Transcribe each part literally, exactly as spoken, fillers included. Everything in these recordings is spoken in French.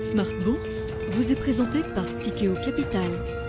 Smart Bourse vous est présenté par Tikeo Capital.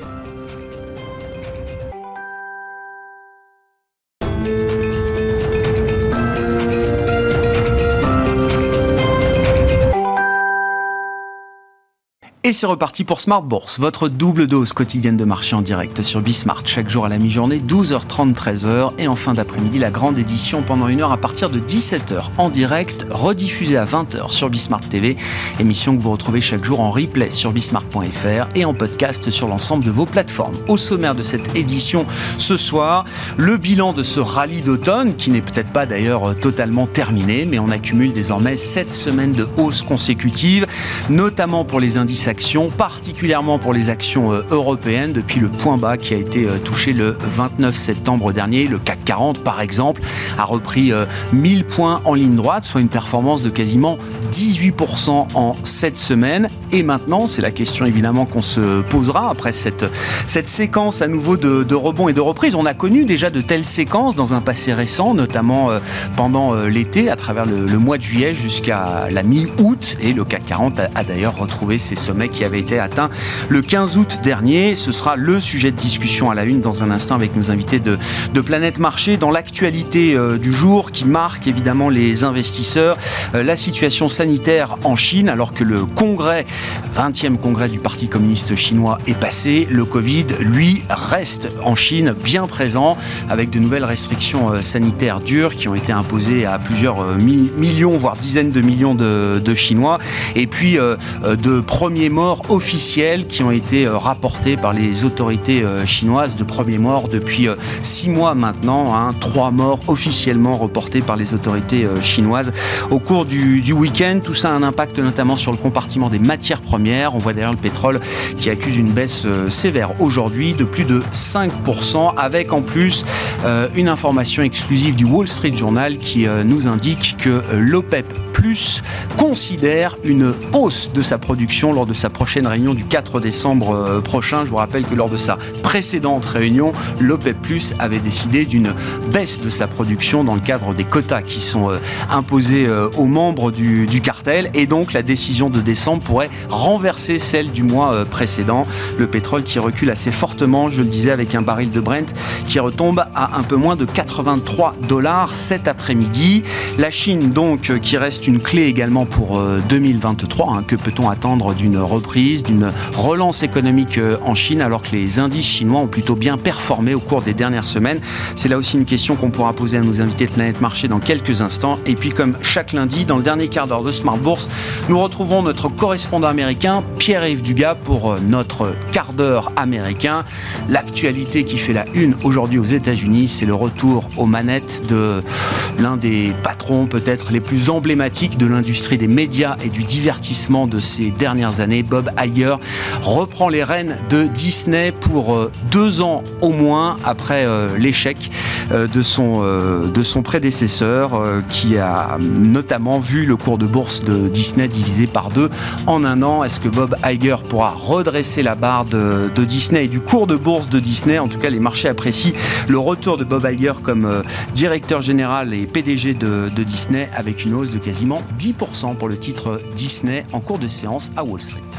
Et c'est reparti pour Smart Bourse, votre double dose quotidienne de marché en direct sur Bismart, chaque jour à la mi-journée, douze heures trente, treize heures, et en fin d'après-midi, la grande édition pendant une heure à partir de dix-sept heures en direct, rediffusée à vingt heures sur Bismart T V, émission que vous retrouvez chaque jour en replay sur bismart point f r et en podcast sur l'ensemble de vos plateformes. Au sommaire de cette édition ce soir, le bilan de ce rallye d'automne, qui n'est peut-être pas d'ailleurs totalement terminé, mais on accumule désormais sept semaines de hausse consécutive, notamment pour les indices actions, particulièrement pour les actions euh, européennes, depuis le point bas qui a été euh, touché le vingt-neuf septembre dernier. Le C A C quarante, par exemple, a repris euh, mille points en ligne droite, soit une performance de quasiment dix-huit pour cent en sept semaines. Et maintenant, c'est la question évidemment qu'on se posera après cette, cette séquence à nouveau de, de rebond et de reprise. On a connu déjà de telles séquences dans un passé récent, notamment euh, pendant euh, l'été, à travers le, le mois de juillet jusqu'à la mi-août. Et le C A C quarante a, a d'ailleurs retrouvé ses sommets qui avait été atteint le quinze août dernier. Ce sera le sujet de discussion à la une dans un instant avec nos invités de, de Planète Marché. Dans l'actualité euh, du jour qui marque évidemment les investisseurs, euh, la situation sanitaire en Chine, alors que le congrès, vingtième congrès du Parti communiste chinois est passé, le Covid, lui, reste en Chine bien présent avec de nouvelles restrictions euh, sanitaires dures qui ont été imposées à plusieurs euh, mi- millions, voire dizaines de millions de, de Chinois. Et puis euh, euh, de premiers morts officiels qui ont été rapportés par les autorités chinoises, de premiers morts depuis six mois maintenant, hein, trois morts officiellement reportés par les autorités chinoises au cours du, du week-end. Tout ça a un impact notamment sur le compartiment des matières premières. On voit d'ailleurs le pétrole qui accuse une baisse sévère aujourd'hui de plus de cinq pour cent, avec en plus euh, une information exclusive du Wall Street Journal qui euh, nous indique que l'OPEP Plus considère une hausse de sa production lors de sa prochaine réunion du quatre décembre prochain. Je vous rappelle que lors de sa précédente réunion, l'OPEP Plus avait décidé d'une baisse de sa production dans le cadre des quotas qui sont imposés aux membres du, du cartel, et donc la décision de décembre pourrait renverser celle du mois précédent. Le pétrole qui recule assez fortement, je le disais, avec un baril de Brent qui retombe à un peu moins de quatre-vingt-trois dollars cet après-midi. La Chine donc qui reste une clé également pour deux mille vingt-trois. Hein. Que peut-on attendre d'une reprise, d'une relance économique en Chine alors que les indices chinois ont plutôt bien performé au cours des dernières semaines? C'est là aussi une question qu'on pourra poser à nos invités de Planète Marché dans quelques instants. Et puis comme chaque lundi, dans le dernier quart d'heure de Smart Bourse, nous retrouverons notre correspondant américain Pierre-Yves Dugas pour notre quart d'heure américain. L'actualité qui fait la une aujourd'hui aux États-Unis, c'est le retour aux manettes de l'un des patrons peut-être les plus emblématiques de l'industrie des médias et du divertissement de ces dernières années. Bob Iger reprend les rênes de Disney pour euh, deux ans au moins après euh, l'échec euh, de son euh, de son prédécesseur euh, qui a notamment vu le cours de bourse de Disney divisé par deux en un an. Est-ce que Bob Iger pourra redresser la barre de, de Disney et du cours de bourse de Disney? En tout cas, les marchés apprécient le retour de Bob Iger comme euh, directeur général et P D G de, de Disney, avec une hausse de quasiment dix pour cent pour le titre Disney en cours de séance à Wall Street.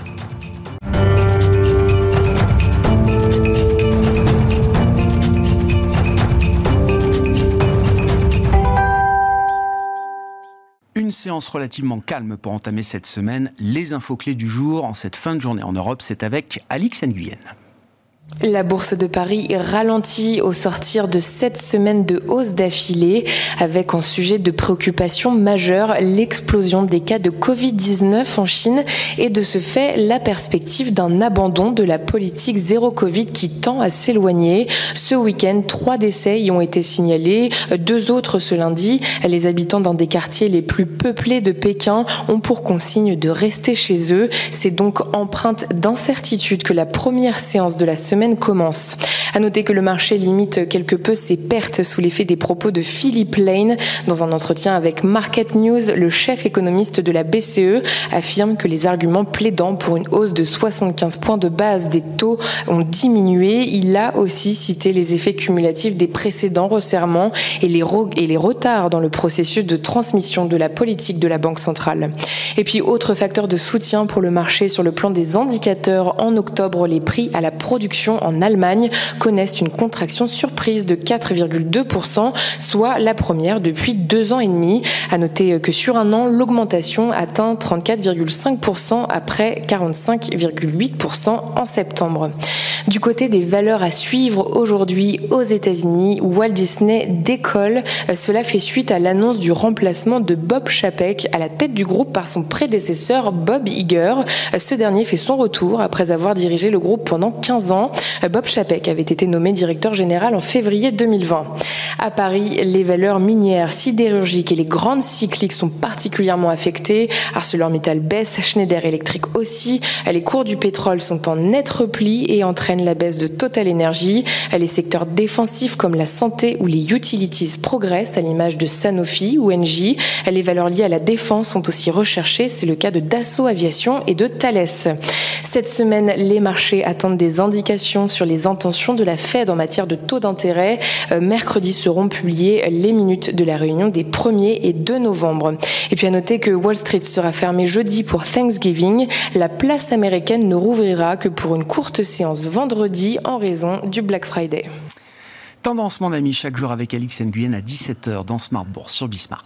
Une séance relativement calme pour entamer cette semaine. Les infos clés du jour en cette fin de journée en Europe, c'est avec Alix Nguyen. La bourse de Paris ralentit au sortir de sept semaines de hausse d'affilée, avec en sujet de préoccupation majeure l'explosion des cas de covid dix-neuf en Chine et de ce fait la perspective d'un abandon de la politique zéro Covid qui tend à s'éloigner. Ce week-end, trois décès y ont été signalés, deux autres ce lundi. Les habitants d'un des quartiers les plus peuplés de Pékin ont pour consigne de rester chez eux. C'est donc empreinte d'incertitude que la première séance de la semaine semaine commence. À noter que le marché limite quelque peu ses pertes sous l'effet des propos de Philip Lane. Dans un entretien avec Market News, le chef économiste de la B C E affirme que les arguments plaidant pour une hausse de soixante-quinze points de base des taux ont diminué. Il a aussi cité les effets cumulatifs des précédents resserrements et les, ro- et les retards dans le processus de transmission de la politique de la Banque centrale. Et puis, autre facteur de soutien pour le marché sur le plan des indicateurs, en octobre, les prix à la production en Allemagne connaissent une contraction surprise de quatre virgule deux pour cent, soit la première depuis deux ans et demi. À noter que sur un an, l'augmentation atteint trente-quatre virgule cinq pour cent après quarante-cinq virgule huit pour cent en septembre. Du côté des valeurs à suivre aujourd'hui aux États-Unis, Walt Disney décolle. Cela fait suite à l'annonce du remplacement de Bob Chapek à la tête du groupe par son prédécesseur Bob Iger. Ce dernier fait son retour après avoir dirigé le groupe pendant quinze ans. Bob Chapek avait été nommé directeur général en février deux mille vingt. À Paris, les valeurs minières, sidérurgiques et les grandes cycliques sont particulièrement affectées. ArcelorMittal baisse, Schneider Electric aussi. Les cours du pétrole sont en net repli et entraînent la baisse de Total Energy. Les secteurs défensifs comme la santé ou les utilities progressent à l'image de Sanofi ou Engie. Les valeurs liées à la défense sont aussi recherchées. C'est le cas de Dassault Aviation et de Thales. Cette semaine, les marchés attendent des indications sur les intentions de la Fed en matière de taux d'intérêt. Euh, mercredi seront publiées les minutes de la réunion des premier et deux novembre. Et puis à noter que Wall Street sera fermé jeudi pour Thanksgiving. La place américaine ne rouvrira que pour une courte séance vendredi en raison du Black Friday. Tendance, mon ami, chaque jour avec Alix Nguyen à dix-sept heures dans Smart Bourse sur Bismart.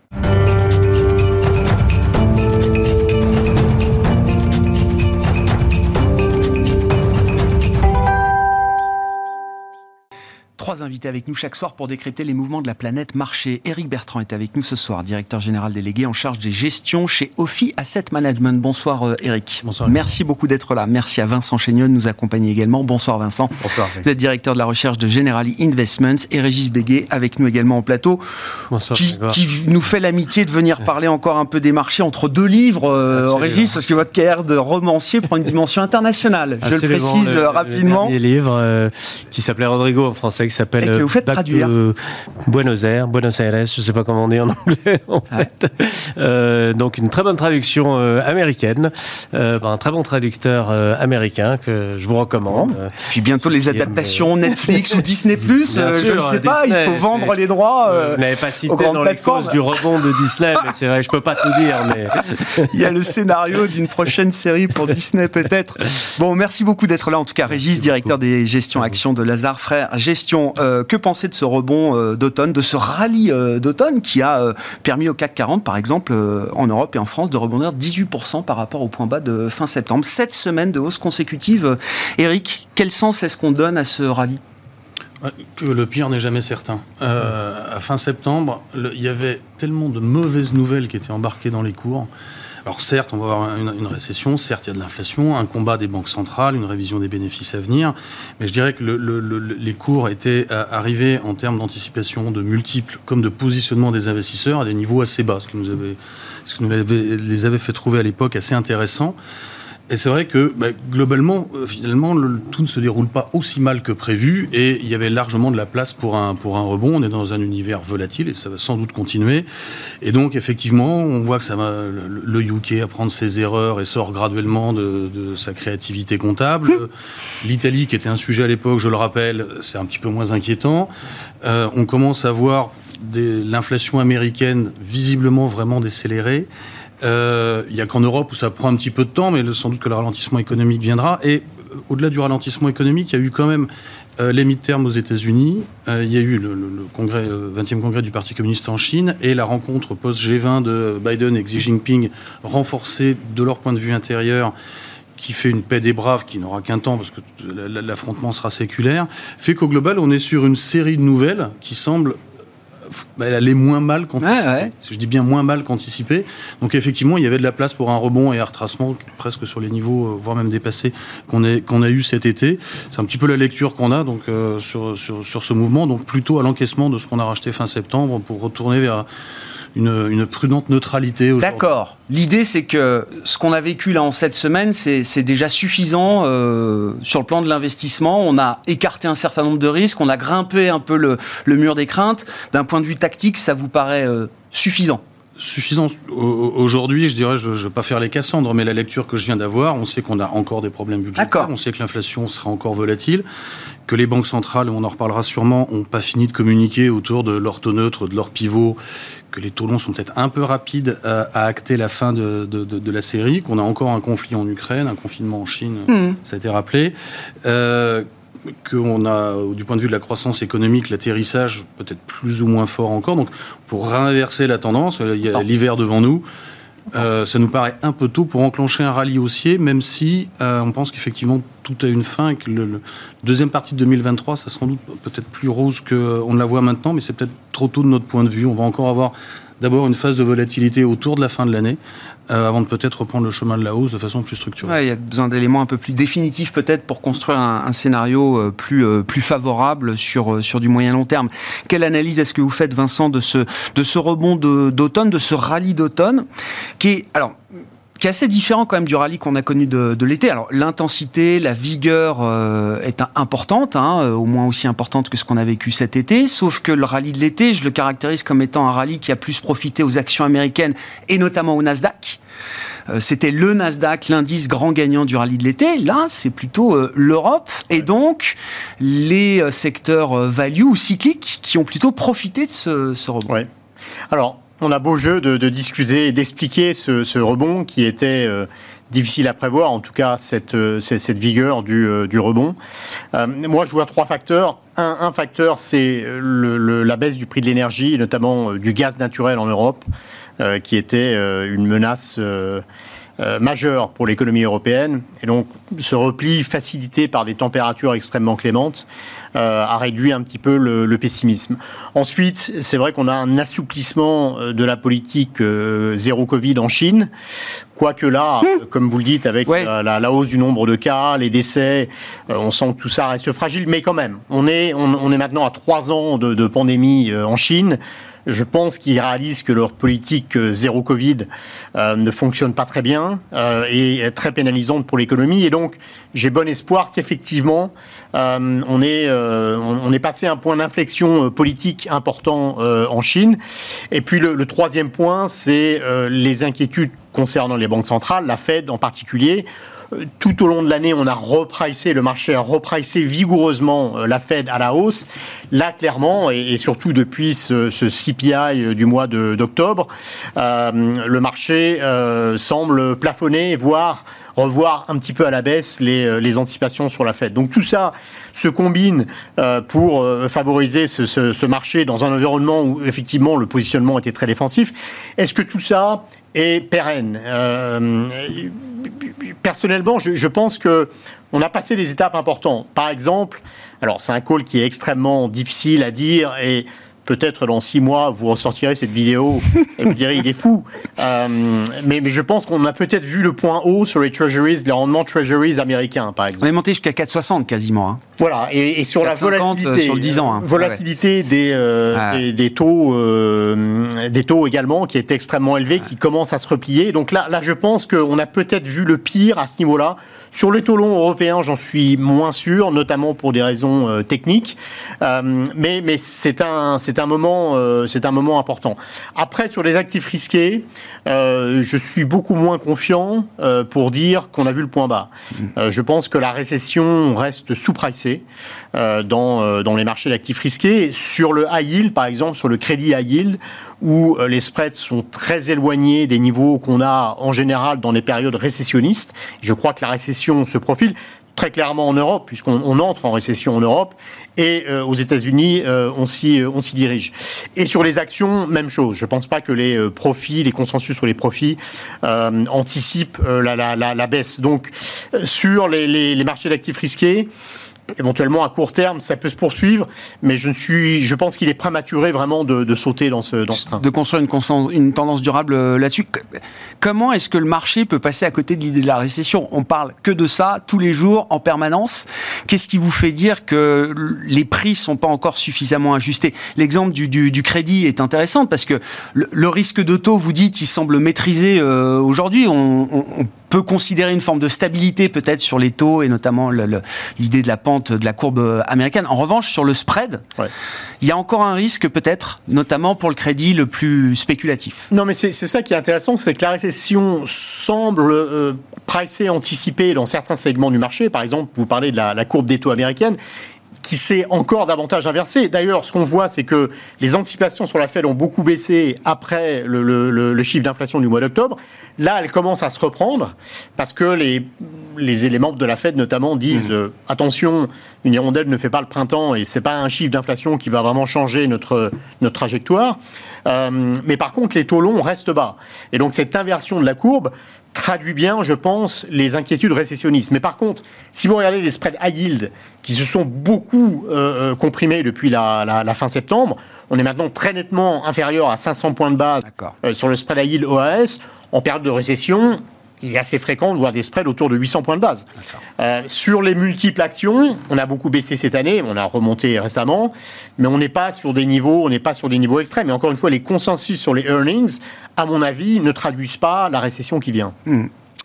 Trois invités avec nous chaque soir pour décrypter les mouvements de la planète marché. Éric Bertrand est avec nous ce soir, directeur général délégué en charge des gestions chez Ophi Asset Management. Bonsoir Éric. Bonsoir. Merci beaucoup d'être là. Merci à Vincent Chénion de nous accompagner également. Bonsoir Vincent. Bonsoir. Vous êtes directeur de la recherche de Generali Investments et Régis Béguet avec nous également en plateau. Bonsoir. Qui, qui nous fait l'amitié de venir parler encore un peu des marchés entre deux livres, euh, Régis, parce que votre carrière de romancier prend une dimension internationale. Je Absolument. le précise le, rapidement. Le dernier livre euh, qui s'appelait Rodrigo en français, qui s'appelle et que vous faites Back traduire. to Buenos Aires, Buenos Aires, je ne sais pas comment on dit en anglais en fait. Ouais. Euh, donc une très bonne traduction euh, américaine, euh, par un très bon traducteur euh, américain que je vous recommande. Bon. Puis bientôt les adaptations aime... Netflix ou Disney plus, euh, sûr, je ne sais pas, Disney, il faut vendre les droits. Euh, vous n'avez pas cité dans les causes du rebond de Disney, mais c'est vrai, je ne peux pas tout dire. Mais... il y a le scénario d'une prochaine série pour Disney peut-être. Bon, merci beaucoup d'être là en tout cas, Régis, merci directeur beaucoup. Des gestions actions de Lazare Frères Gestion. Euh, que penser de ce rebond euh, d'automne, de ce rallye euh, d'automne qui a euh, permis au C A C quarante, par exemple, euh, en Europe et en France, de rebondir dix-huit pour cent par rapport au point bas de fin septembre. Sept semaines de hausse consécutive. Éric, quel sens est-ce qu'on donne à ce rallye ? Que le pire n'est jamais certain. Euh, à fin septembre, le, il y avait tellement de mauvaises nouvelles qui étaient embarquées dans les cours. Alors certes, on va avoir une, une récession, certes il y a de l'inflation, un combat des banques centrales, une révision des bénéfices à venir, mais je dirais que le, le, le, les cours étaient arrivés en termes d'anticipation de multiples, comme de positionnement des investisseurs à des niveaux assez bas, ce qui nous, avait, ce qui nous avait, les avait fait trouver à l'époque assez intéressant. Et c'est vrai que bah, globalement, euh, finalement, le, tout ne se déroule pas aussi mal que prévu et il y avait largement de la place pour un, pour un rebond. On est dans un univers volatile et ça va sans doute continuer. Et donc, effectivement, on voit que ça va, le, le U K apprend ses erreurs et sort graduellement de, de sa créativité comptable. L'Italie, qui était un sujet à l'époque, je le rappelle, c'est un petit peu moins inquiétant. Euh, on commence à voir des, l'inflation américaine visiblement vraiment décélérée. Il euh, n'y a qu'en Europe où ça prend un petit peu de temps, mais sans doute que le ralentissement économique viendra. Et euh, au-delà du ralentissement économique, il y a eu quand même euh, les midterms aux États-Unis, euh, il y a eu le, le, le congrès, le vingtième congrès du Parti communiste en Chine et la rencontre post-G vingt de Biden et Xi Jinping, renforcée de leur point de vue intérieur, qui fait une paix des braves qui n'aura qu'un temps parce que l'affrontement sera séculaire, fait qu'au global, on est sur une série de nouvelles qui semblent elle allait moins mal qu'anticipé. Ouais, ouais. Je dis bien moins mal qu'anticipé. Donc effectivement, il y avait de la place pour un rebond et un retracement presque sur les niveaux, voire même dépassés, qu'on a, qu'on a eu cet été. C'est un petit peu la lecture qu'on a donc, euh, sur, sur, sur ce mouvement, donc plutôt à l'encaissement de ce qu'on a racheté fin septembre pour retourner vers une, une prudente neutralité aujourd'hui. D'accord. L'idée, c'est que ce qu'on a vécu là en cette semaine, c'est, c'est déjà suffisant euh, sur le plan de l'investissement. On a écarté un certain nombre de risques, on a grimpé un peu le, le mur des craintes. D'un point de vue tactique, ça vous paraît euh, suffisant ? Suffisant. Aujourd'hui, je dirais, je ne vais pas faire les Cassandres, mais la lecture que je viens d'avoir, on sait qu'on a encore des problèmes budgétaires, D'accord. on sait que l'inflation sera encore volatile, que les banques centrales, on en reparlera sûrement, n'ont pas fini de communiquer autour de leur taux neutre, de leur pivot, que les taux longs sont peut-être un peu rapides à, à acter la fin de, de, de, de la série, qu'on a encore un conflit en Ukraine, un confinement en Chine, mmh. ça a été rappelé, euh, qu'on a, du point de vue de la croissance économique, l'atterrissage peut-être plus ou moins fort encore. Donc, pour réinverser la tendance, il y a l'hiver devant nous. Euh, ça nous paraît un peu tôt pour enclencher un rallye haussier, même si euh, on pense qu'effectivement tout a une fin et que le, le deuxième partie de deux mille vingt-trois, ça sera sans doute peut-être plus rose qu'on ne la voit maintenant, mais c'est peut-être trop tôt de notre point de vue. On va encore avoir d'abord une phase de volatilité autour de la fin de l'année, euh, avant de peut-être reprendre le chemin de la hausse de façon plus structurelle. Ouais, il y a besoin d'éléments un peu plus définitifs peut-être pour construire un, un scénario plus, euh, plus favorable sur, euh, sur du moyen long terme. Quelle analyse est-ce que vous faites, Vincent, de ce, de ce rebond de, d'automne, de ce rallye d'automne, qui est... Alors, qui est assez différent quand même du rallye qu'on a connu de, de l'été. Alors l'intensité, la vigueur euh, est importante, hein, au moins aussi importante que ce qu'on a vécu cet été, sauf que le rallye de l'été, je le caractérise comme étant un rallye qui a plus profité aux actions américaines et notamment au Nasdaq. Euh, c'était le Nasdaq, l'indice grand gagnant du rallye de l'été. Là, c'est plutôt euh, l'Europe et donc les euh, secteurs euh, value ou cycliques qui ont plutôt profité de ce, ce rebond. Ouais. Alors, on a beau jeu de, de discuter et d'expliquer ce, ce rebond qui était euh, difficile à prévoir, en tout cas cette, euh, cette vigueur du, euh, du rebond. Euh, moi, je vois trois facteurs. Un, un facteur, c'est le, le, la baisse du prix de l'énergie, notamment euh, du gaz naturel en Europe, euh, qui était euh, une menace euh, euh, majeure pour l'économie européenne. Et donc, ce repli facilité par des températures extrêmement clémentes Euh, a réduit un petit peu le, le pessimisme. Ensuite, c'est vrai qu'on a un assouplissement de la politique euh, zéro Covid en Chine, quoique là, mmh. comme vous le dites, avec ouais. la, la, la hausse du nombre de cas, les décès, euh, on sent que tout ça reste fragile, mais quand même, on est, on, on est maintenant à trois ans de, de pandémie euh, en Chine. Je pense qu'ils réalisent que leur politique euh, zéro Covid euh, ne fonctionne pas très bien euh, et est très pénalisante pour l'économie. Et donc, j'ai bon espoir qu'effectivement, euh, on, est, euh, on, on est passé à un point d'inflexion euh, politique important euh, en Chine. Et puis, le, le troisième point, c'est euh, les inquiétudes concernant les banques centrales, la Fed en particulier. Tout au long de l'année, on a repricé, le marché a repricé vigoureusement la Fed à la hausse. Là, clairement, et, et surtout depuis ce, ce C P I du mois de, d'octobre, euh, le marché euh, semble plafonner, voire revoir un petit peu à la baisse les, les anticipations sur la Fed. Donc tout ça se combine euh, pour euh, favoriser ce, ce, ce marché dans un environnement où effectivement le positionnement était très défensif. Est-ce que tout ça est pérenne ? euh, Personnellement, je, je pense que on a passé des étapes importantes. Par exemple, alors c'est un call qui est extrêmement difficile à dire et peut-être dans six mois, vous ressortirez cette vidéo et vous direz, il est fou. Euh, mais, mais je pense qu'on a peut-être vu le point haut sur les treasuries, les rendements treasuries américains, par exemple. On est monté jusqu'à quatre virgule soixante quasiment. Hein. Voilà, et, et sur la volatilité, sur le dix ans, hein. volatilité ouais. des, euh, ah. des, des taux, euh, des taux également, qui est extrêmement élevé, ah. qui commence à se replier. Donc là, là, je pense qu'on a peut-être vu le pire à ce niveau-là. Sur les taux longs européens, j'en suis moins sûr, notamment pour des raisons euh, techniques. Euh, mais mais c'est un c'est un moment euh, c'est un moment important. Après, sur les actifs risqués, euh, je suis beaucoup moins confiant euh, pour dire qu'on a vu le point bas. Euh, je pense que la récession reste sous-pricée euh, dans euh, dans les marchés d'actifs risqués. Sur le high yield, par exemple, sur le crédit high yield, où les spreads sont très éloignés des niveaux qu'on a en général dans les périodes récessionnistes. Je crois que la récession se profile très clairement en Europe, puisqu'on on entre en récession en Europe, et euh, aux États-Unis, euh, on s'y, on s'y dirige. Et sur les actions, même chose. Je ne pense pas que les euh, profits, les consensus sur les profits euh, anticipent euh, la, la, la, la baisse. Donc, euh, sur les, les, les marchés d'actifs risqués, éventuellement à court terme, ça peut se poursuivre, mais je ne suis, je pense qu'il est prématuré vraiment de, de sauter dans ce, dans ce train. De construire une, constance, une tendance durable euh, là-dessus. Comment est-ce que le marché peut passer à côté de l'idée de la récession ? On parle que de ça tous les jours, en permanence. Qu'est-ce qui vous fait dire que les prix sont pas encore suffisamment ajustés ? L'exemple du, du, du crédit est intéressant parce que le, le risque de taux, vous dites, il semble maîtrisé euh, aujourd'hui. On, on, on peut considérer une forme de stabilité peut-être sur les taux et notamment le, le, l'idée de la pente de la courbe américaine. En revanche, sur le spread, ouais. il y a encore un risque peut-être, notamment pour le crédit le plus spéculatif. Non, mais c'est, c'est ça qui est intéressant, c'est que la récession semble euh, pricée, anticipée dans certains segments du marché. Par exemple, vous parlez de la, la courbe des taux américaine, qui s'est encore davantage inversée. D'ailleurs, ce qu'on voit, c'est que les anticipations sur la Fed ont beaucoup baissé après le, le, le, le chiffre d'inflation du mois d'octobre. Là, elles commencent à se reprendre parce que les, les éléments de la Fed, notamment, disent mmh. euh, attention, une hirondelle ne fait pas le printemps et c'est pas un chiffre d'inflation qui va vraiment changer notre, notre trajectoire. Euh, mais par contre, les taux longs restent bas. Et donc, cette inversion de la courbe traduit bien, je pense, les inquiétudes récessionnistes. Mais par contre, si vous regardez les spreads high yield qui se sont beaucoup euh, comprimés depuis la, la, la fin septembre, on est maintenant très nettement inférieur à cinq cents points de base euh, sur le spread high yield O A S. En période de récession, il est assez fréquent de voir des spreads autour de huit cents points de base. Euh, sur les multiples actions, on a beaucoup baissé cette année, on a remonté récemment, mais on n'est pas sur des niveaux, on n'est pas sur des niveaux extrêmes. Et encore une fois, les consensus sur les earnings, à mon avis, ne traduisent pas la récession qui vient. Mmh.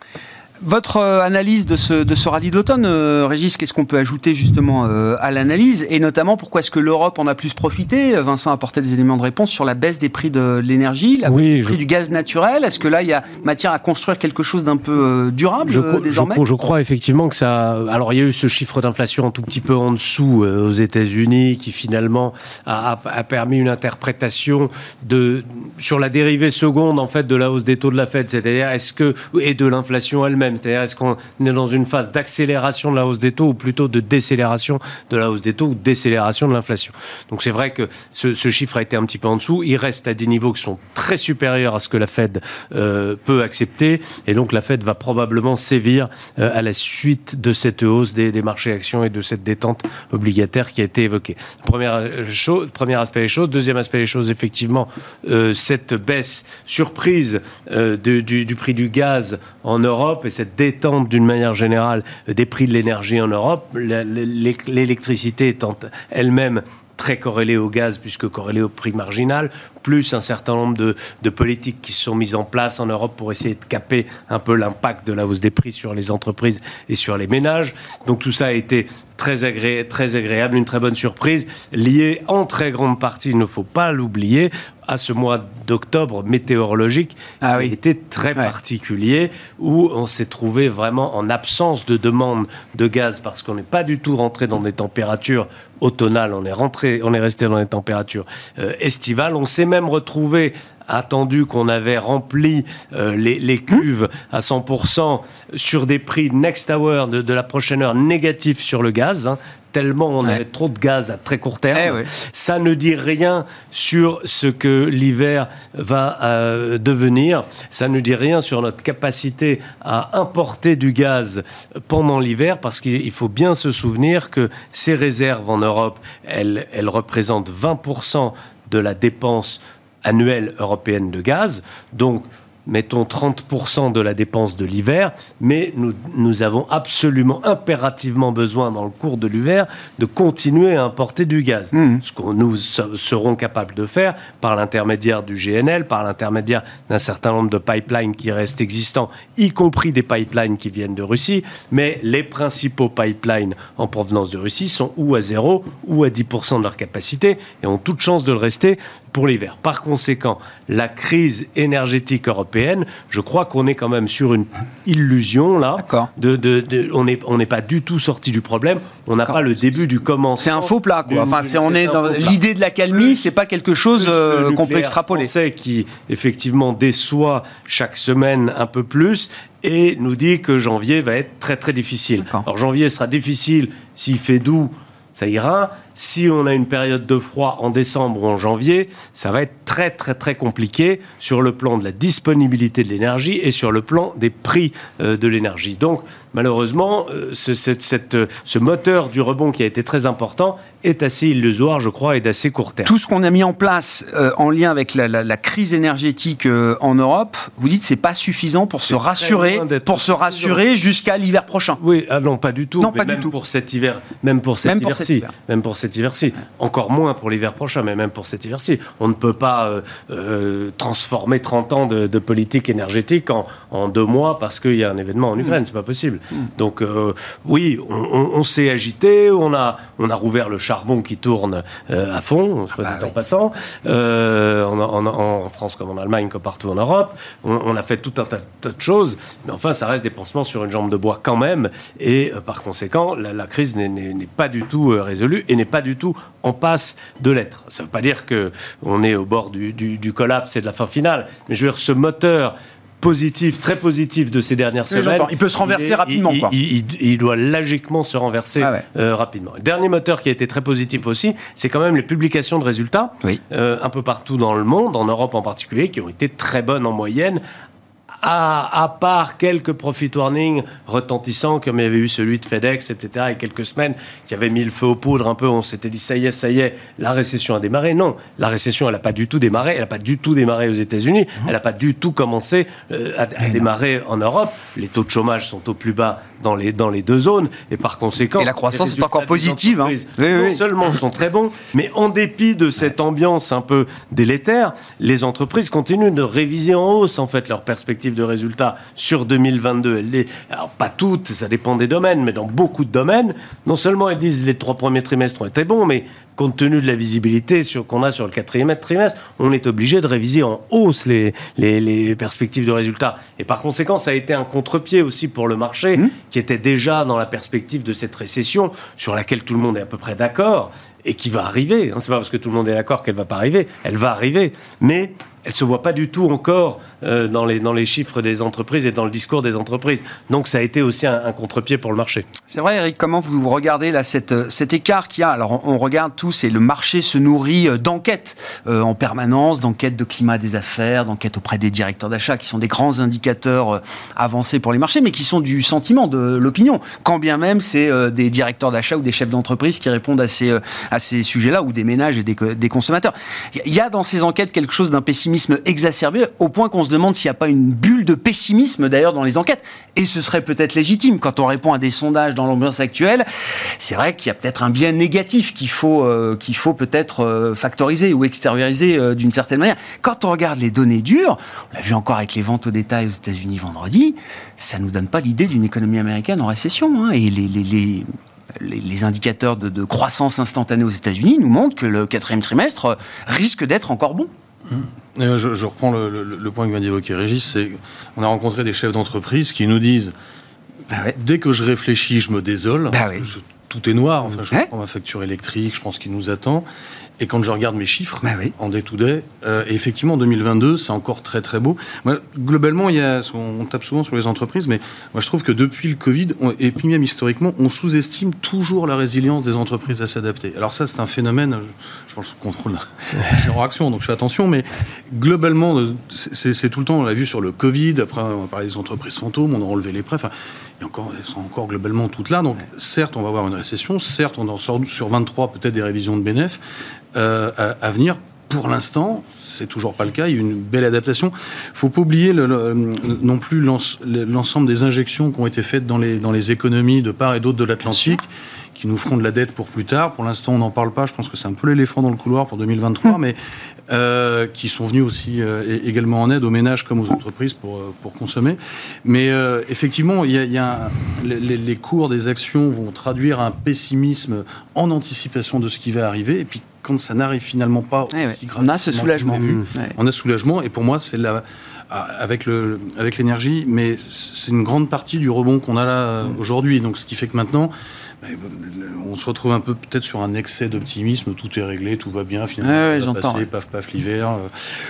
Votre euh, analyse de ce, de ce rallye d'automne, euh, Régis, qu'est-ce qu'on peut ajouter justement euh, à l'analyse ? Et notamment, pourquoi est-ce que l'Europe en a plus profité ? Vincent a apporté des éléments de réponse sur la baisse des prix de l'énergie, la oui, baisse du prix je... du gaz naturel. Est-ce que là, il y a matière à construire quelque chose d'un peu euh, durable je, euh, désormais ? je, je crois effectivement que ça... Alors, il y a eu ce chiffre d'inflation un tout petit peu en dessous euh, aux États-Unis qui finalement a, a, a permis une interprétation de, sur la dérivée seconde en fait, de la hausse des taux de la Fed, c'est-à-dire est-ce que... et de l'inflation elle-même. C'est-à-dire, est-ce qu'on est dans une phase d'accélération de la hausse des taux ou plutôt de décélération de la hausse des taux ou décélération de l'inflation ? Donc, c'est vrai que ce, ce chiffre a été un petit peu en dessous. Il reste à des niveaux qui sont très supérieurs à ce que la Fed euh, peut accepter. Et donc, la Fed va probablement sévir euh, à la suite de cette hausse des, des marchés actions et de cette détente obligataire qui a été évoquée. Première chose, premier aspect des choses. Deuxième aspect des choses, effectivement, euh, cette baisse surprise euh, de, du, du prix du gaz en Europe et cette détente d'une manière générale des prix de l'énergie en Europe, l'électricité étant elle-même très corrélée au gaz puisque corrélée au prix marginal, plus un certain nombre de, de politiques qui se sont mises en place en Europe pour essayer de caper un peu l'impact de la hausse des prix sur les entreprises et sur les ménages. Donc tout ça a été très, agré- très agréable, une très bonne surprise, liée en très grande partie, il ne faut pas l'oublier, à ce mois d'octobre météorologique ah oui. qui a été très ouais. particulier, où on s'est trouvé vraiment en absence de demande de gaz parce qu'on n'est pas du tout rentré dans des températures automnales, on est, rentré, on est resté dans des températures euh, estivales. On s'est même retrouvé attendu qu'on avait rempli euh, les, les cuves à cent pour cent sur des prix next hour de, de la prochaine heure négatifs sur le gaz, hein, tellement on ouais. avait trop de gaz à très court terme. Eh ouais. Ça ne dit rien sur ce que l'hiver va euh, devenir. Ça ne dit rien sur notre capacité à importer du gaz pendant l'hiver, parce qu'il faut bien se souvenir que ces réserves en Europe, elles, elles représentent vingt pour cent de la dépense annuelle européenne de gaz, donc mettons trente pour cent de la dépense de l'hiver, mais nous, nous avons absolument, impérativement besoin dans le cours de l'hiver de continuer à importer du gaz. Mmh. Ce que nous serons capables de faire par l'intermédiaire du G N L, par l'intermédiaire d'un certain nombre de pipelines qui restent existants, y compris des pipelines qui viennent de Russie, mais les principaux pipelines en provenance de Russie sont ou à zéro ou à dix pour cent de leur capacité et ont toute chance de le rester pour l'hiver. Par conséquent, la crise énergétique européenne, je crois qu'on est quand même sur une illusion là. De, de, de, on n'est on n'est pas du tout sorti du problème. On n'a pas le début du commencement. C'est un faux plat, quoi. Enfin, c'est, on est dans l'idée de la calmie. C'est pas quelque chose euh, qu'on peut extrapoler. Français qui effectivement déçoit chaque semaine un peu plus et nous dit que janvier va être très très difficile. D'accord. Alors janvier sera difficile s'il fait doux. ça ira. Si on a une période de froid en décembre ou en janvier, ça va être très très très compliqué sur le plan de la disponibilité de l'énergie et sur le plan des prix euh, de l'énergie. Donc malheureusement, euh, ce, cette, cette, ce moteur du rebond qui a été très important est assez illusoire, je crois, et d'assez court terme. Tout ce qu'on a mis en place euh, en lien avec la, la, la crise énergétique euh, en Europe, vous dites que c'est pas suffisant pour se rassurer, pour se rassurer jusqu'à l'hiver prochain. Oui, ah non, pas du tout. Non, mais pas même du tout. Pour cet hiver, même pour cet même pour hiver-ci, cet hiver. même pour cet hiver-ci. Encore moins pour l'hiver prochain, mais même pour cet hiver-ci. On ne peut pas euh, euh, transformer trente ans de, de politique énergétique en, en deux mois parce qu'il y a un événement en Ukraine. Mmh. C'est pas possible. Mmh. Donc euh, oui, on, on, on s'est agité, on a, on a rouvert le charbon qui tourne euh, à fond, soit ah, dit bah, en oui. passant, euh, en, en, en France comme en Allemagne, comme partout en Europe. On, on a fait tout un tas, tas de choses, mais enfin, ça reste des pansements sur une jambe de bois quand même. Et euh, par conséquent, la, la crise n'est, n'est, n'est pas du tout euh, résolue et n'est pas du tout en passe de l'être. Ça ne veut pas dire qu'on est au bord du, du, du collapse et de la fin finale, mais je veux dire, ce moteur positif, très positif de ces dernières oui, semaines. Il peut se renverser il est, rapidement. Il, quoi. Il, il, il doit logiquement se renverser ah ouais. euh, rapidement. Le dernier moteur qui a été très positif aussi, c'est quand même les publications de résultats, oui. euh, un peu partout dans le monde, en Europe en particulier, qui ont été très bonnes en moyenne, À, à part quelques profit warnings retentissants, comme il y avait eu celui de FedEx, et cetera, il y a quelques semaines, qui avait mis le feu aux poudres un peu, on s'était dit, ça y est, ça y est, la récession a démarré. Non, la récession, elle n'a pas du tout démarré, elle n'a pas du tout démarré aux États-Unis, mmh. elle n'a pas du tout commencé euh, à, à démarrer en Europe. Les taux de chômage sont au plus bas dans les, dans les deux zones, et par conséquent... Et la croissance est encore positive. Hein. Oui, non oui. seulement sont très bons, mais en dépit de cette ambiance un peu délétère, les entreprises continuent de réviser en hausse, en fait, leurs perspectives de résultats sur deux mille vingt-deux. Les, alors, pas toutes, ça dépend des domaines, mais dans beaucoup de domaines, non seulement elles disent les trois premiers trimestres ont été bons, mais compte tenu de la visibilité sur, qu'on a sur le quatrième trimestre, on est obligé de réviser en hausse les, les, les perspectives de résultats. Et par conséquent, ça a été un contre-pied aussi pour le marché, mmh. qui était déjà dans la perspective de cette récession, sur laquelle tout le monde est à peu près d'accord, et qui va arriver. C'est pas parce que tout le monde est d'accord qu'elle va pas arriver, elle va arriver, mais elle se voit pas du tout encore euh, dans, les, dans les chiffres des entreprises et dans le discours des entreprises. Donc ça a été aussi un, un contre-pied pour le marché. C'est vrai, Eric, comment vous regardez là cette, cet écart qu'il y a? Alors on, on regarde tous et le marché se nourrit d'enquêtes euh, en permanence, d'enquêtes de climat des affaires, d'enquêtes auprès des directeurs d'achat, qui sont des grands indicateurs euh, avancés pour les marchés, mais qui sont du sentiment, de l'opinion. Quand bien même c'est euh, des directeurs d'achat ou des chefs d'entreprise qui répondent à ces, euh, à ces sujets-là, ou des ménages et des, des consommateurs. Il y a dans ces enquêtes quelque chose d'un pessimisme exacerbé, au point qu'on se demande s'il n'y a pas une bulle de pessimisme d'ailleurs dans les enquêtes. Et ce serait peut-être légitime. Quand on répond à des sondages dans l'ambiance actuelle, c'est vrai qu'il y a peut-être un biais négatif qu'il faut, euh, qu'il faut peut-être euh, factoriser ou extérioriser euh, d'une certaine manière. Quand on regarde les données dures, on l'a vu encore avec les ventes au détail aux États-Unis vendredi, ça ne nous donne pas l'idée d'une économie américaine en récession. Hein, et les... les, les Les, les indicateurs de, de croissance instantanée aux États-Unis nous montrent que le quatrième trimestre risque d'être encore bon. Mmh. Je, je reprends le, le, le point que vient d'évoquer Régis, c'est qu'on a rencontré des chefs d'entreprise qui nous disent ah ouais. dès que je réfléchis, je me désole, bah oui. je, tout est noir, enfin, je ouais. prends ma facture électrique, je pense qu'il nous attend. Et quand je regarde mes chiffres bah oui. en day-to-day, euh, et effectivement, en deux mille vingt-deux, c'est encore très très beau. Moi, globalement, il y a, on tape souvent sur les entreprises, mais moi je trouve que depuis le Covid, on, et puis même historiquement, on sous-estime toujours la résilience des entreprises à s'adapter. Alors ça, c'est un phénomène, je pense sous contrôle de la réaction, donc je fais attention, mais globalement, c'est, c'est tout le temps, on l'a vu sur le Covid, après on va parler des entreprises fantômes, on a enlevé les prêts, enfin, et encore, elles sont encore globalement toutes là. Donc certes, on va avoir une récession, certes, on en sort sur vingt-trois, peut-être des révisions de bénéfices, Euh, à, à venir. Pour l'instant, c'est toujours pas le cas. Il y a une belle adaptation. Il faut pas oublier le, le, non plus l'ensemble des injections qui ont été faites dans les, dans les économies de part et d'autre de l'Atlantique, qui nous feront de la dette pour plus tard. Pour l'instant, on n'en parle pas. Je pense que c'est un peu l'éléphant dans le couloir pour deux mille vingt-trois, mais euh, qui sont venus aussi euh, également en aide aux ménages comme aux entreprises pour, euh, pour consommer. Mais euh, effectivement, il y a, il y a un, les, les cours des actions vont traduire un pessimisme en anticipation de ce qui va arriver. Et puis, quand ça n'arrive finalement pas, ouais, ouais. on a ce soulagement. Vu, mmh. ouais. On a soulagement, et pour moi, c'est la, avec, le, avec l'énergie, mais c'est une grande partie du rebond qu'on a là mmh. aujourd'hui. Donc, ce qui fait que maintenant, bah, on se retrouve un peu peut-être sur un excès d'optimisme. Tout est réglé, tout va bien, finalement, ouais, ça ouais, va passer, ouais. paf, paf, l'hiver.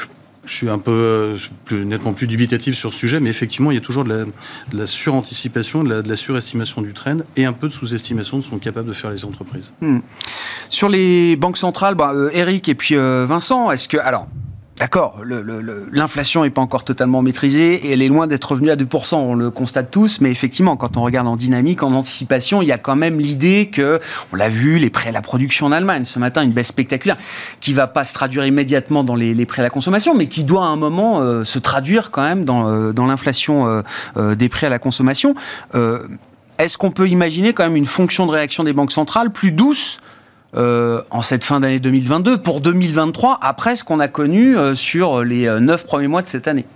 Je suis un peu plus, nettement plus dubitatif sur ce sujet, mais effectivement, il y a toujours de la, de la suranticipation, de la, de la surestimation du trend et un peu de sous-estimation de ce que sont capables de faire les entreprises. Hmm. Sur les banques centrales, bah, euh, Eric et puis euh, Vincent, est-ce que... Alors, d'accord, le, le, le, l'inflation n'est pas encore totalement maîtrisée et elle est loin d'être revenue à deux pour cent, on le constate tous, mais effectivement, quand on regarde en dynamique, en anticipation, il y a quand même l'idée que, on l'a vu, les prêts à la production en Allemagne, ce matin, une baisse spectaculaire, qui ne va pas se traduire immédiatement dans les, les prêts à la consommation, mais qui doit à un moment euh, se traduire quand même dans, euh, dans l'inflation euh, euh, des prêts à la consommation. Euh, est-ce qu'on peut imaginer quand même une fonction de réaction des banques centrales plus douce Euh, en cette fin d'année deux mille vingt-deux, pour deux mille vingt-trois, après ce qu'on a connu euh, sur les euh, neuf premiers mois de cette année?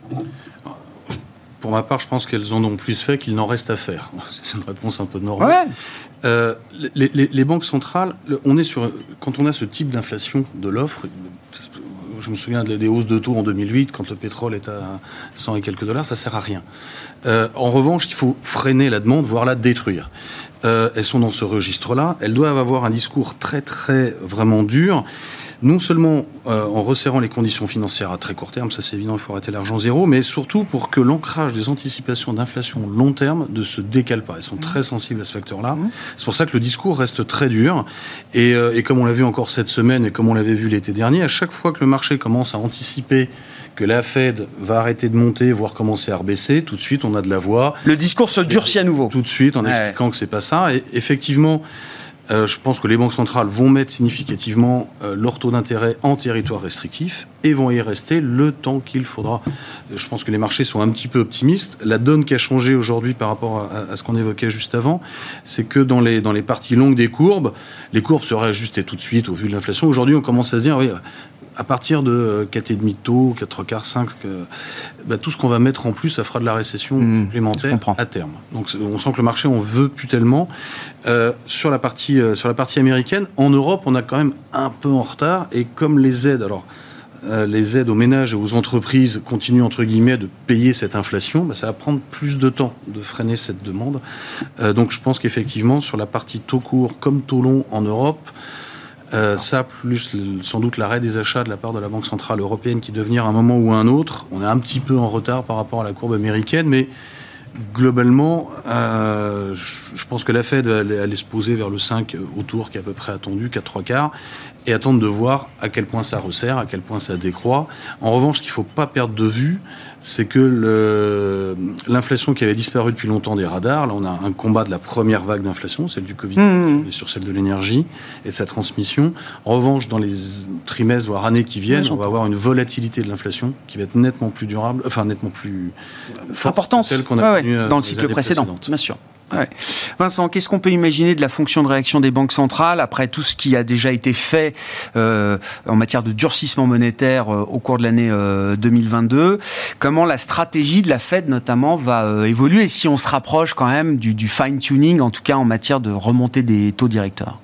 Pour ma part, je pense qu'elles en ont plus fait qu'il n'en reste à faire. C'est une réponse un peu normale. Ouais. Euh, les, les, les banques centrales, on est sur, quand on a ce type d'inflation de l'offre, je me souviens des hausses de taux en deux mille huit, quand le pétrole est à cent et quelques dollars, ça ne sert à rien. Euh, en revanche, il faut freiner la demande, voire la détruire. Euh, elles sont dans ce registre-là. Elles doivent avoir un discours très, très, vraiment dur. Non seulement euh, en resserrant les conditions financières à très court terme, ça c'est évident, il faut arrêter l'argent zéro, mais surtout pour que l'ancrage des anticipations d'inflation long terme ne se décale pas. Elles sont très sensibles à ce facteur-là. Mmh. C'est pour ça que le discours reste très dur. Et, euh, et comme on l'a vu encore cette semaine et comme on l'avait vu l'été dernier, à chaque fois que le marché commence à anticiper que la Fed va arrêter de monter, voire commencer à rebaisser, tout de suite on a de la voix. Le discours se durcit à nouveau. Tout de suite en expliquant ouais. que c'est pas ça. Et effectivement, Euh, je pense que les banques centrales vont mettre significativement euh, leur taux d'intérêt en territoire restrictif et vont y rester le temps qu'il faudra. Je pense que les marchés sont un petit peu optimistes. La donne qui a changé aujourd'hui par rapport à, à ce qu'on évoquait juste avant, c'est que dans les, dans les parties longues des courbes, les courbes seraient ajustées tout de suite au vu de l'inflation. Aujourd'hui, on commence à se dire, oui, à partir de quatre virgule cinq de taux, quatre quart cinq, euh, bah, tout ce qu'on va mettre en plus, ça fera de la récession mmh, supplémentaire à terme. Donc on sent que le marché en veut plus tellement. Euh, sur la partie euh, sur la partie américaine, en Europe, on a quand même un peu en retard. Et comme les aides, alors euh, les aides aux ménages et aux entreprises continuent entre guillemets de payer cette inflation, bah, ça va prendre plus de temps de freiner cette demande. Euh, donc je pense qu'effectivement, sur la partie taux court comme taux long en Europe, Euh, ça, plus le, sans doute l'arrêt des achats de la part de la Banque Centrale Européenne qui devenir à un moment ou à un autre, on est un petit peu en retard par rapport à la courbe américaine, mais globalement, euh, je, je pense que la Fed allait, allait se poser vers le cinq autour qui est à peu près attendu, quatre trois quarts, et attendre de voir à quel point ça resserre, à quel point ça décroît. En revanche, ce qu'il ne faut pas perdre de vue, c'est que le, l'inflation qui avait disparu depuis longtemps des radars, là on a un combat de la première vague d'inflation, celle du Covid, mmh. et sur celle de l'énergie et de sa transmission. En revanche, dans les trimestres, voire années qui viennent, ouais, on va avoir une volatilité de l'inflation qui va être nettement plus durable, enfin nettement plus forte, importante, celle qu'on a ouais, connue ouais, dans le cycle précédent, bien sûr. Ouais. Vincent, qu'est-ce qu'on peut imaginer de la fonction de réaction des banques centrales après tout ce qui a déjà été fait euh, en matière de durcissement monétaire euh, au cours de l'année euh, deux mille vingt-deux? Comment la stratégie de la Fed notamment va euh, évoluer si on se rapproche quand même du, du fine-tuning, en tout cas en matière de remontée des taux directeurs?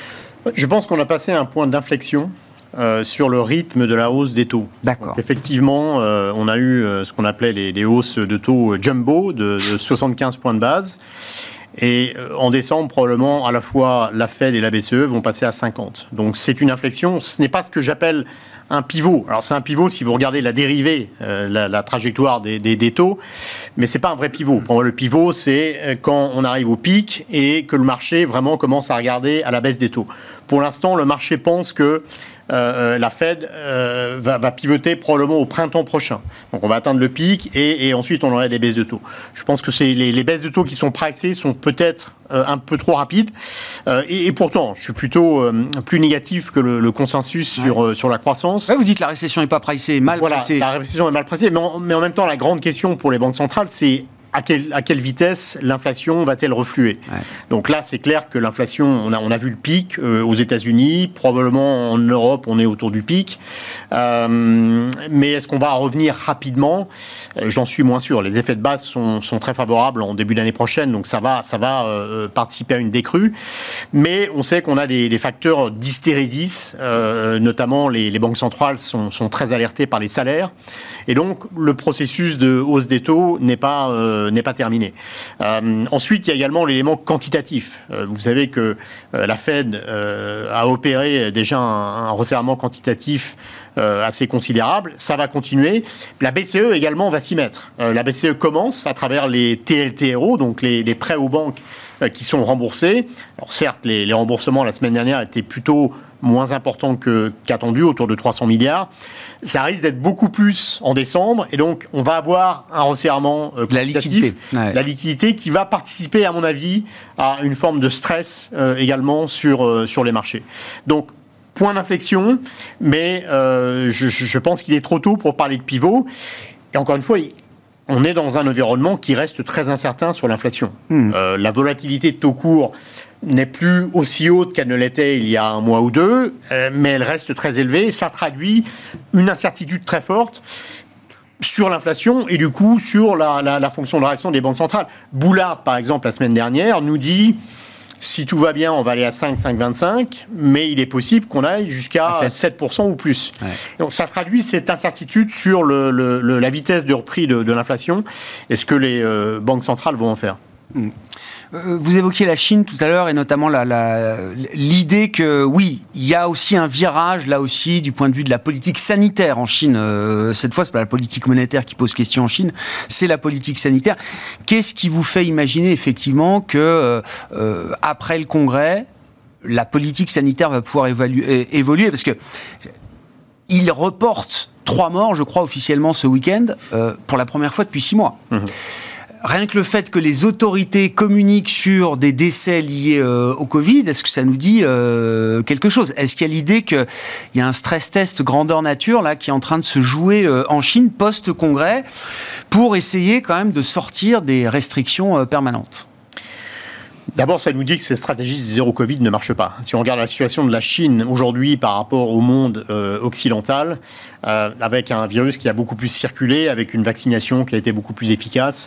Je pense qu'on a passé à un point d'inflexion Euh, sur le rythme de la hausse des taux. D'accord. Donc, effectivement, euh, on a eu euh, ce qu'on appelait les, les hausses de taux jumbo de, de soixante-quinze points de base. Et euh, en décembre, probablement, à la fois la Fed et la B C E vont passer à cinquante. Donc c'est une inflexion. Ce n'est pas ce que j'appelle un pivot. Alors c'est un pivot si vous regardez la dérivée, euh, la, la trajectoire des, des, des taux, mais c'est pas un vrai pivot. Pour moi, le pivot, c'est quand on arrive au pic et que le marché vraiment commence à regarder à la baisse des taux. Pour l'instant, le marché pense que Euh, la Fed euh, va, va pivoter probablement au printemps prochain. Donc on va atteindre le pic et, et ensuite on aurait des baisses de taux. Je pense que c'est les, les baisses de taux qui sont pricées sont peut-être euh, un peu trop rapides. Euh, et, et pourtant, je suis plutôt euh, plus négatif que le, le consensus sur, ouais. euh, sur la croissance. Ouais, vous dites que la récession n'est pas pricée, mal voilà, pricée. La récession est mal pricée, mais en, mais en même temps, la grande question pour les banques centrales, c'est À quelle, à quelle vitesse l'inflation va-t-elle refluer? Ouais. Donc là, c'est clair que l'inflation, on a, on a vu le pic euh, aux États-Unis, probablement en Europe, on est autour du pic. Euh, mais est-ce qu'on va revenir rapidement? euh, J'en suis moins sûr. Les effets de base sont, sont très favorables en début d'année prochaine, donc ça va, ça va euh, participer à une décrue. Mais on sait qu'on a des, des facteurs d'hystérésis, euh, notamment les, les banques centrales sont, sont très alertées par les salaires. Et donc, le processus de hausse des taux n'est pas... Euh, n'est pas terminé. Euh, ensuite, il y a également l'élément quantitatif. Euh, vous savez que euh, la Fed euh, a opéré déjà un, un resserrement quantitatif euh, assez considérable. Ça va continuer. La B C E également va s'y mettre. Euh, la B C E commence à travers les T L T R O, donc les, les prêts aux banques euh, qui sont remboursés. Alors certes, les, les remboursements la semaine dernière étaient plutôt moins importants que, qu'attendu, autour de trois cents milliards. Ça risque d'être beaucoup plus en décembre, et donc on va avoir un resserrement euh, la liquidité, ouais. la liquidité qui va participer, à mon avis, à une forme de stress euh, également sur, euh, sur les marchés. Donc, point d'inflexion, mais euh, je, je pense qu'il est trop tôt pour parler de pivot. Et encore une fois, on est dans un environnement qui reste très incertain sur l'inflation. Mmh. Euh, la volatilité de taux courts n'est plus aussi haute qu'elle ne l'était il y a un mois ou deux, euh, mais elle reste très élevée. Ça traduit une incertitude très forte sur l'inflation et du coup sur la, la, la fonction de réaction des banques centrales. Boulard, par exemple, la semaine dernière, nous dit si tout va bien, on va aller à cinq, cinq virgule vingt-cinq, mais il est possible qu'on aille jusqu'à sept pour cent ou plus. Ouais. Donc ça traduit cette incertitude sur le, le, le, la vitesse de reprise de, de l'inflation et ce que les euh, banques centrales vont en faire. Mmh. Vous évoquiez la Chine tout à l'heure et notamment la, la, l'idée que, oui, il y a aussi un virage, là aussi, du point de vue de la politique sanitaire en Chine. Euh, cette fois, c'est pas la politique monétaire qui pose question en Chine, c'est la politique sanitaire. Qu'est-ce qui vous fait imaginer, effectivement, que euh, après le Congrès, la politique sanitaire va pouvoir évaluer, évoluer? Parce que il reporte trois morts, je crois, officiellement ce week-end, euh, pour la première fois depuis six mois. Mmh. Rien que le fait que les autorités communiquent sur des décès liés euh, au Covid, est-ce que ça nous dit euh, quelque chose? Est-ce qu'il y a l'idée qu'il y a un stress test grandeur nature là, qui est en train de se jouer euh, en Chine post-congrès pour essayer quand même de sortir des restrictions euh, permanentes? D'abord, ça nous dit que cette stratégie zéro Covid ne marche pas. Si on regarde la situation de la Chine aujourd'hui par rapport au monde euh, occidental, euh, avec un virus qui a beaucoup plus circulé, avec une vaccination qui a été beaucoup plus efficace,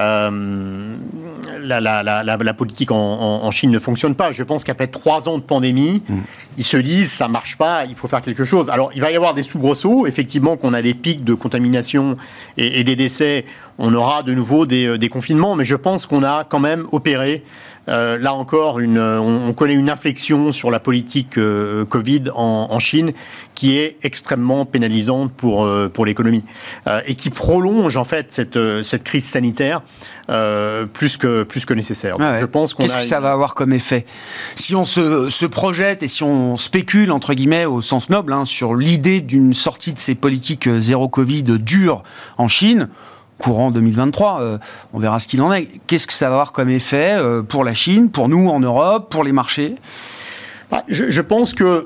euh, la, la, la, la, la politique en, en, en Chine ne fonctionne pas. Je pense qu'après trois ans de pandémie, mmh. ils se disent ça marche pas, il faut faire quelque chose. Alors, il va y avoir des soubresauts, effectivement, qu'on a des pics de contamination et, et des décès. On aura de nouveau des, des confinements, mais je pense qu'on a quand même opéré. Euh, là encore, une, on, on connaît une inflexion sur la politique euh, Covid en, en Chine qui est extrêmement pénalisante pour, euh, pour l'économie euh, et qui prolonge en fait cette, cette crise sanitaire euh, plus, que, plus que nécessaire. Ah ouais. Je pense qu'on Qu'est-ce a... que ça va avoir comme effet? Si on se, se projette et si on spécule, entre guillemets, au sens noble, hein, sur l'idée d'une sortie de ces politiques zéro Covid dures en Chine, courant deux mille vingt-trois, euh, on verra ce qu'il en est. Qu'est-ce que ça va avoir comme effet euh, pour la Chine, pour nous en Europe, pour les marchés? ah, je, je pense que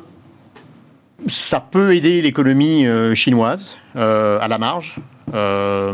ça peut aider l'économie euh, chinoise euh, à la marge. Euh,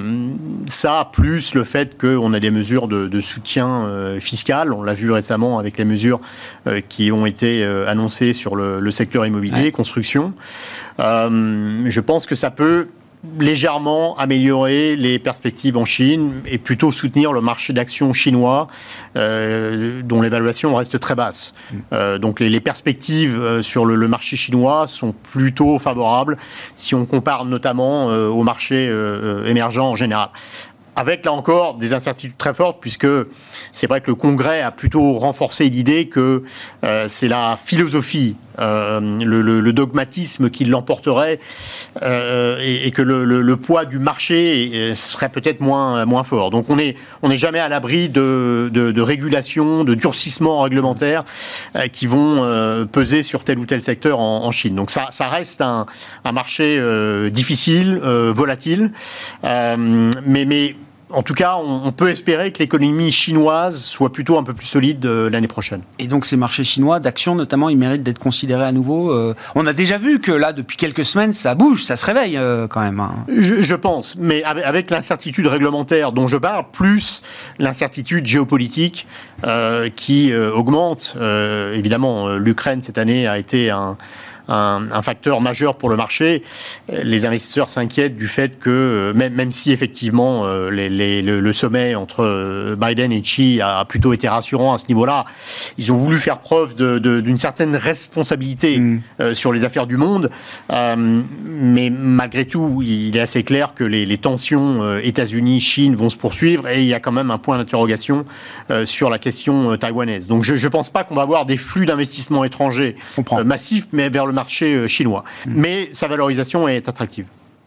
ça, plus le fait qu'on a des mesures de, de soutien euh, fiscal. On l'a vu récemment avec les mesures euh, qui ont été euh, annoncées sur le, le secteur immobilier, ouais. construction. Euh, je pense que ça peut légèrement améliorer les perspectives en Chine et plutôt soutenir le marché d'actions chinois euh, dont l'évaluation reste très basse. Euh, donc les, les perspectives euh, sur le, le marché chinois sont plutôt favorables si on compare notamment euh, au marché euh, émergent en général. Avec, là encore, des incertitudes très fortes, puisque c'est vrai que le Congrès a plutôt renforcé l'idée que euh, c'est la philosophie, euh, le, le, le dogmatisme qui l'emporterait euh, et, et que le, le, le poids du marché serait peut-être moins, moins fort. Donc on n'est on est jamais à l'abri de, de, de régulation, de durcissement réglementaire euh, qui vont euh, peser sur tel ou tel secteur en, en Chine. Donc ça, ça reste un, un marché euh, difficile, euh, volatile, euh, mais... mais en tout cas, on, on peut espérer que l'économie chinoise soit plutôt un peu plus solide euh, l'année prochaine. Et donc ces marchés chinois d'actions, notamment, ils méritent d'être considérés à nouveau. Euh, on a déjà vu que là, depuis quelques semaines, ça bouge, ça se réveille euh, quand même. Hein. Je, je pense, mais avec, avec l'incertitude réglementaire dont je parle, plus l'incertitude géopolitique euh, qui euh, augmente. Euh, évidemment, l'Ukraine, cette année, a été un... Un, un facteur majeur pour le marché. Les investisseurs s'inquiètent du fait que, même, même si effectivement euh, les, les, le, le sommet entre Biden et Xi a plutôt été rassurant à ce niveau-là, ils ont voulu faire preuve de, de, d'une certaine responsabilité mmh. euh, sur les affaires du monde. Euh, mais malgré tout, il est assez clair que les, les tensions euh, États-Unis-Chine vont se poursuivre et il y a quand même un point d'interrogation euh, sur la question euh, taïwanaise. Donc je ne pense pas qu'on va avoir des flux d'investissements étrangers euh, massifs, mais vers le marché chinois. Mmh. Mais sa valorisation est attractive.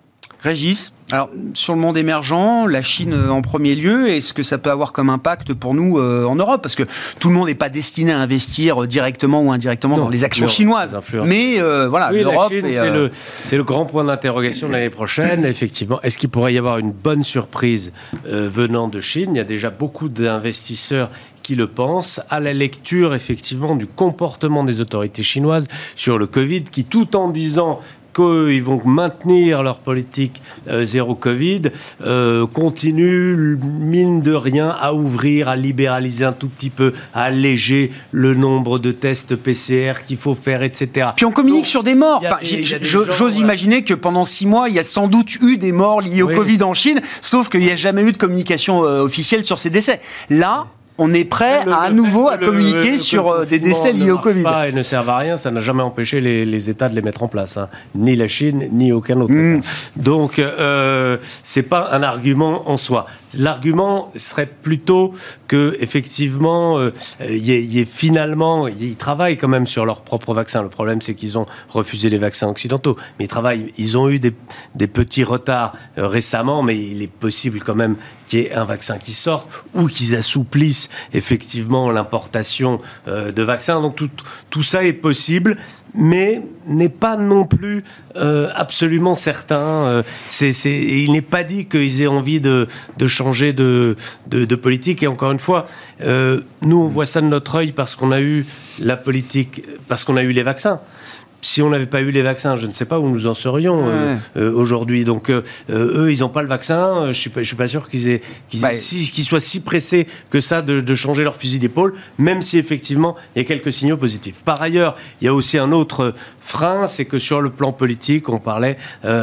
Régis, alors sur le monde émergent, la Chine en premier lieu, est-ce que ça peut avoir comme impact pour nous euh, en Europe? Parce que tout le monde n'est pas destiné à investir directement ou indirectement non, dans les actions chinoises. Mais euh, voilà, oui, l'Europe... La Chine, est, c'est, euh... le, c'est le grand point d'interrogation de l'année prochaine. Effectivement, est-ce qu'il pourrait y avoir une bonne surprise euh, venant de Chine? Il y a déjà beaucoup d'investisseurs qui le pensent, à la lecture effectivement du comportement des autorités chinoises sur le Covid, qui tout en disant qu'ils vont maintenir leur politique euh, zéro Covid, euh, continuent, mine de rien, à ouvrir, à libéraliser un tout petit peu, à alléger le nombre de tests P C R qu'il faut faire, et cetera. Puis on communique Donc, sur des morts. Enfin, des, j'ai, j'ose gens, imaginer ouais. que pendant six mois, il y a sans doute eu des morts liés au oui. Covid en Chine, sauf qu'il n'y a jamais eu de communication euh, officielle sur ces décès. Là... on est prêt le, à, à nouveau à communiquer le, le, sur le des décès liés au Covid. Pas et ne servent à rien, ça n'a jamais empêché les, les États de les mettre en place, hein. Ni la Chine, ni aucun autre mmh. État. Donc, euh, c'est pas un argument en soi. L'argument serait plutôt que, effectivement, il euh, y, y ait finalement, ils travaillent quand même sur leur propre vaccin. Le problème, c'est qu'ils ont refusé les vaccins occidentaux. Mais ils travaillent, ils ont eu des, des petits retards euh, récemment, mais il est possible quand même qu'il y ait un vaccin qui sorte ou qu'ils assouplissent effectivement l'importation euh, de vaccins. Donc tout, tout ça est possible, mais n'est pas non plus euh, absolument certain. Euh, c'est, c'est, il n'est pas dit qu'ils aient envie de, de changer de, de, de politique. Et encore une fois, euh, nous on voit ça de notre œil parce qu'on a eu la politique, parce qu'on a eu les vaccins. Si on n'avait pas eu les vaccins, je ne sais pas où nous en serions ouais. euh, euh, aujourd'hui. Donc, euh, eux, ils n'ont pas le vaccin. Je ne suis, suis pas sûr qu'ils, aient, qu'ils, bah, aient, si, qu'ils soient si pressés que ça de, de changer leur fusil d'épaule, même si, effectivement, il y a quelques signaux positifs. Par ailleurs, il y a aussi un autre frein, c'est que sur le plan politique, on parlait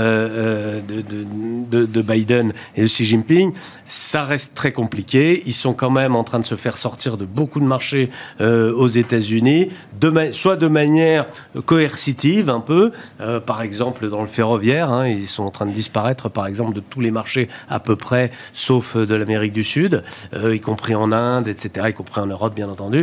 euh, de, de, de, de Biden et de Xi Jinping. Ça reste très compliqué. Ils sont quand même en train de se faire sortir de beaucoup de marchés euh, aux États-Unis, de ma- soit de manière coercitive, un peu, euh, par exemple dans le ferroviaire, hein, ils sont en train de disparaître par exemple de tous les marchés à peu près, sauf de l'Amérique du Sud, euh, y compris en Inde, et cetera, y compris en Europe bien entendu,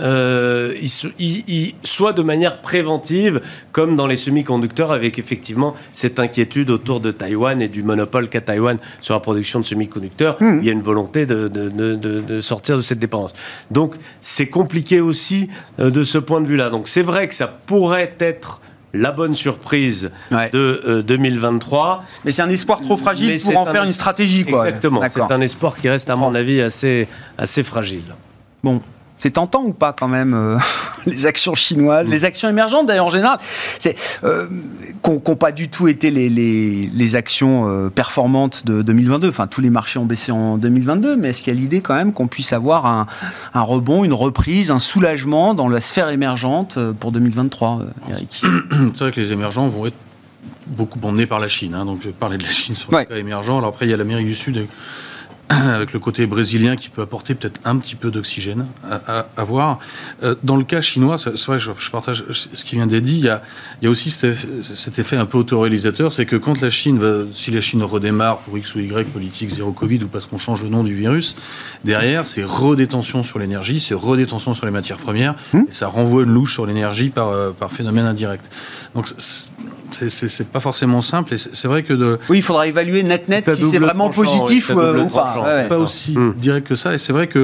euh, ils, ils, ils, soit de manière préventive, comme dans les semi-conducteurs, avec effectivement cette inquiétude autour de Taïwan et du monopole qu'a Taïwan sur la production de semi-conducteurs, mmh. il y a une volonté de, de, de, de, de sortir de cette dépendance. Donc c'est compliqué aussi euh, de ce point de vue-là. Donc c'est vrai que ça pourrait être la bonne surprise ouais. de euh, deux mille vingt-trois. Mais c'est un espoir trop fragile Mais pour en faire es... une stratégie, quoi. Exactement. D'accord. C'est un espoir qui reste, à mon avis, assez, assez fragile. Bon. C'est tentant ou pas quand même euh, les actions chinoises, les actions émergentes d'ailleurs en général, c'est euh, qui n'ont pas du tout été les, les, les actions euh, performantes de deux mille vingt-deux. Enfin, tous les marchés ont baissé en deux mille vingt-deux, mais est-ce qu'il y a l'idée quand même qu'on puisse avoir un, un rebond, une reprise, un soulagement dans la sphère émergente pour deux mille vingt-trois, euh, Eric? C'est vrai que les émergents vont être beaucoup emmenés par la Chine. Hein, donc parler de la Chine sur ouais. le cas émergent. Alors après, il y a l'Amérique du Sud. Et... avec le côté brésilien qui peut apporter peut-être un petit peu d'oxygène à, à, à voir. Euh, dans le cas chinois, c'est, c'est vrai que je, je partage ce qui vient d'être dit, il y a, il y a aussi cet effet, cet effet un peu autoréalisateur, c'est que quand la Chine va, si la Chine redémarre pour X ou Y, politique zéro Covid, ou parce qu'on change le nom du virus, derrière, c'est redétention sur l'énergie, c'est redétention sur les matières premières, mmh. et ça renvoie une louche sur l'énergie par, par phénomène indirect. Donc, c'est, c'est, c'est, c'est pas forcément simple, et c'est, c'est vrai que de... Oui, il faudra évaluer net-net si c'est vraiment positif oui, ou, ou pas. C'est ouais, pas ouais. aussi mmh. direct que ça. Et c'est vrai que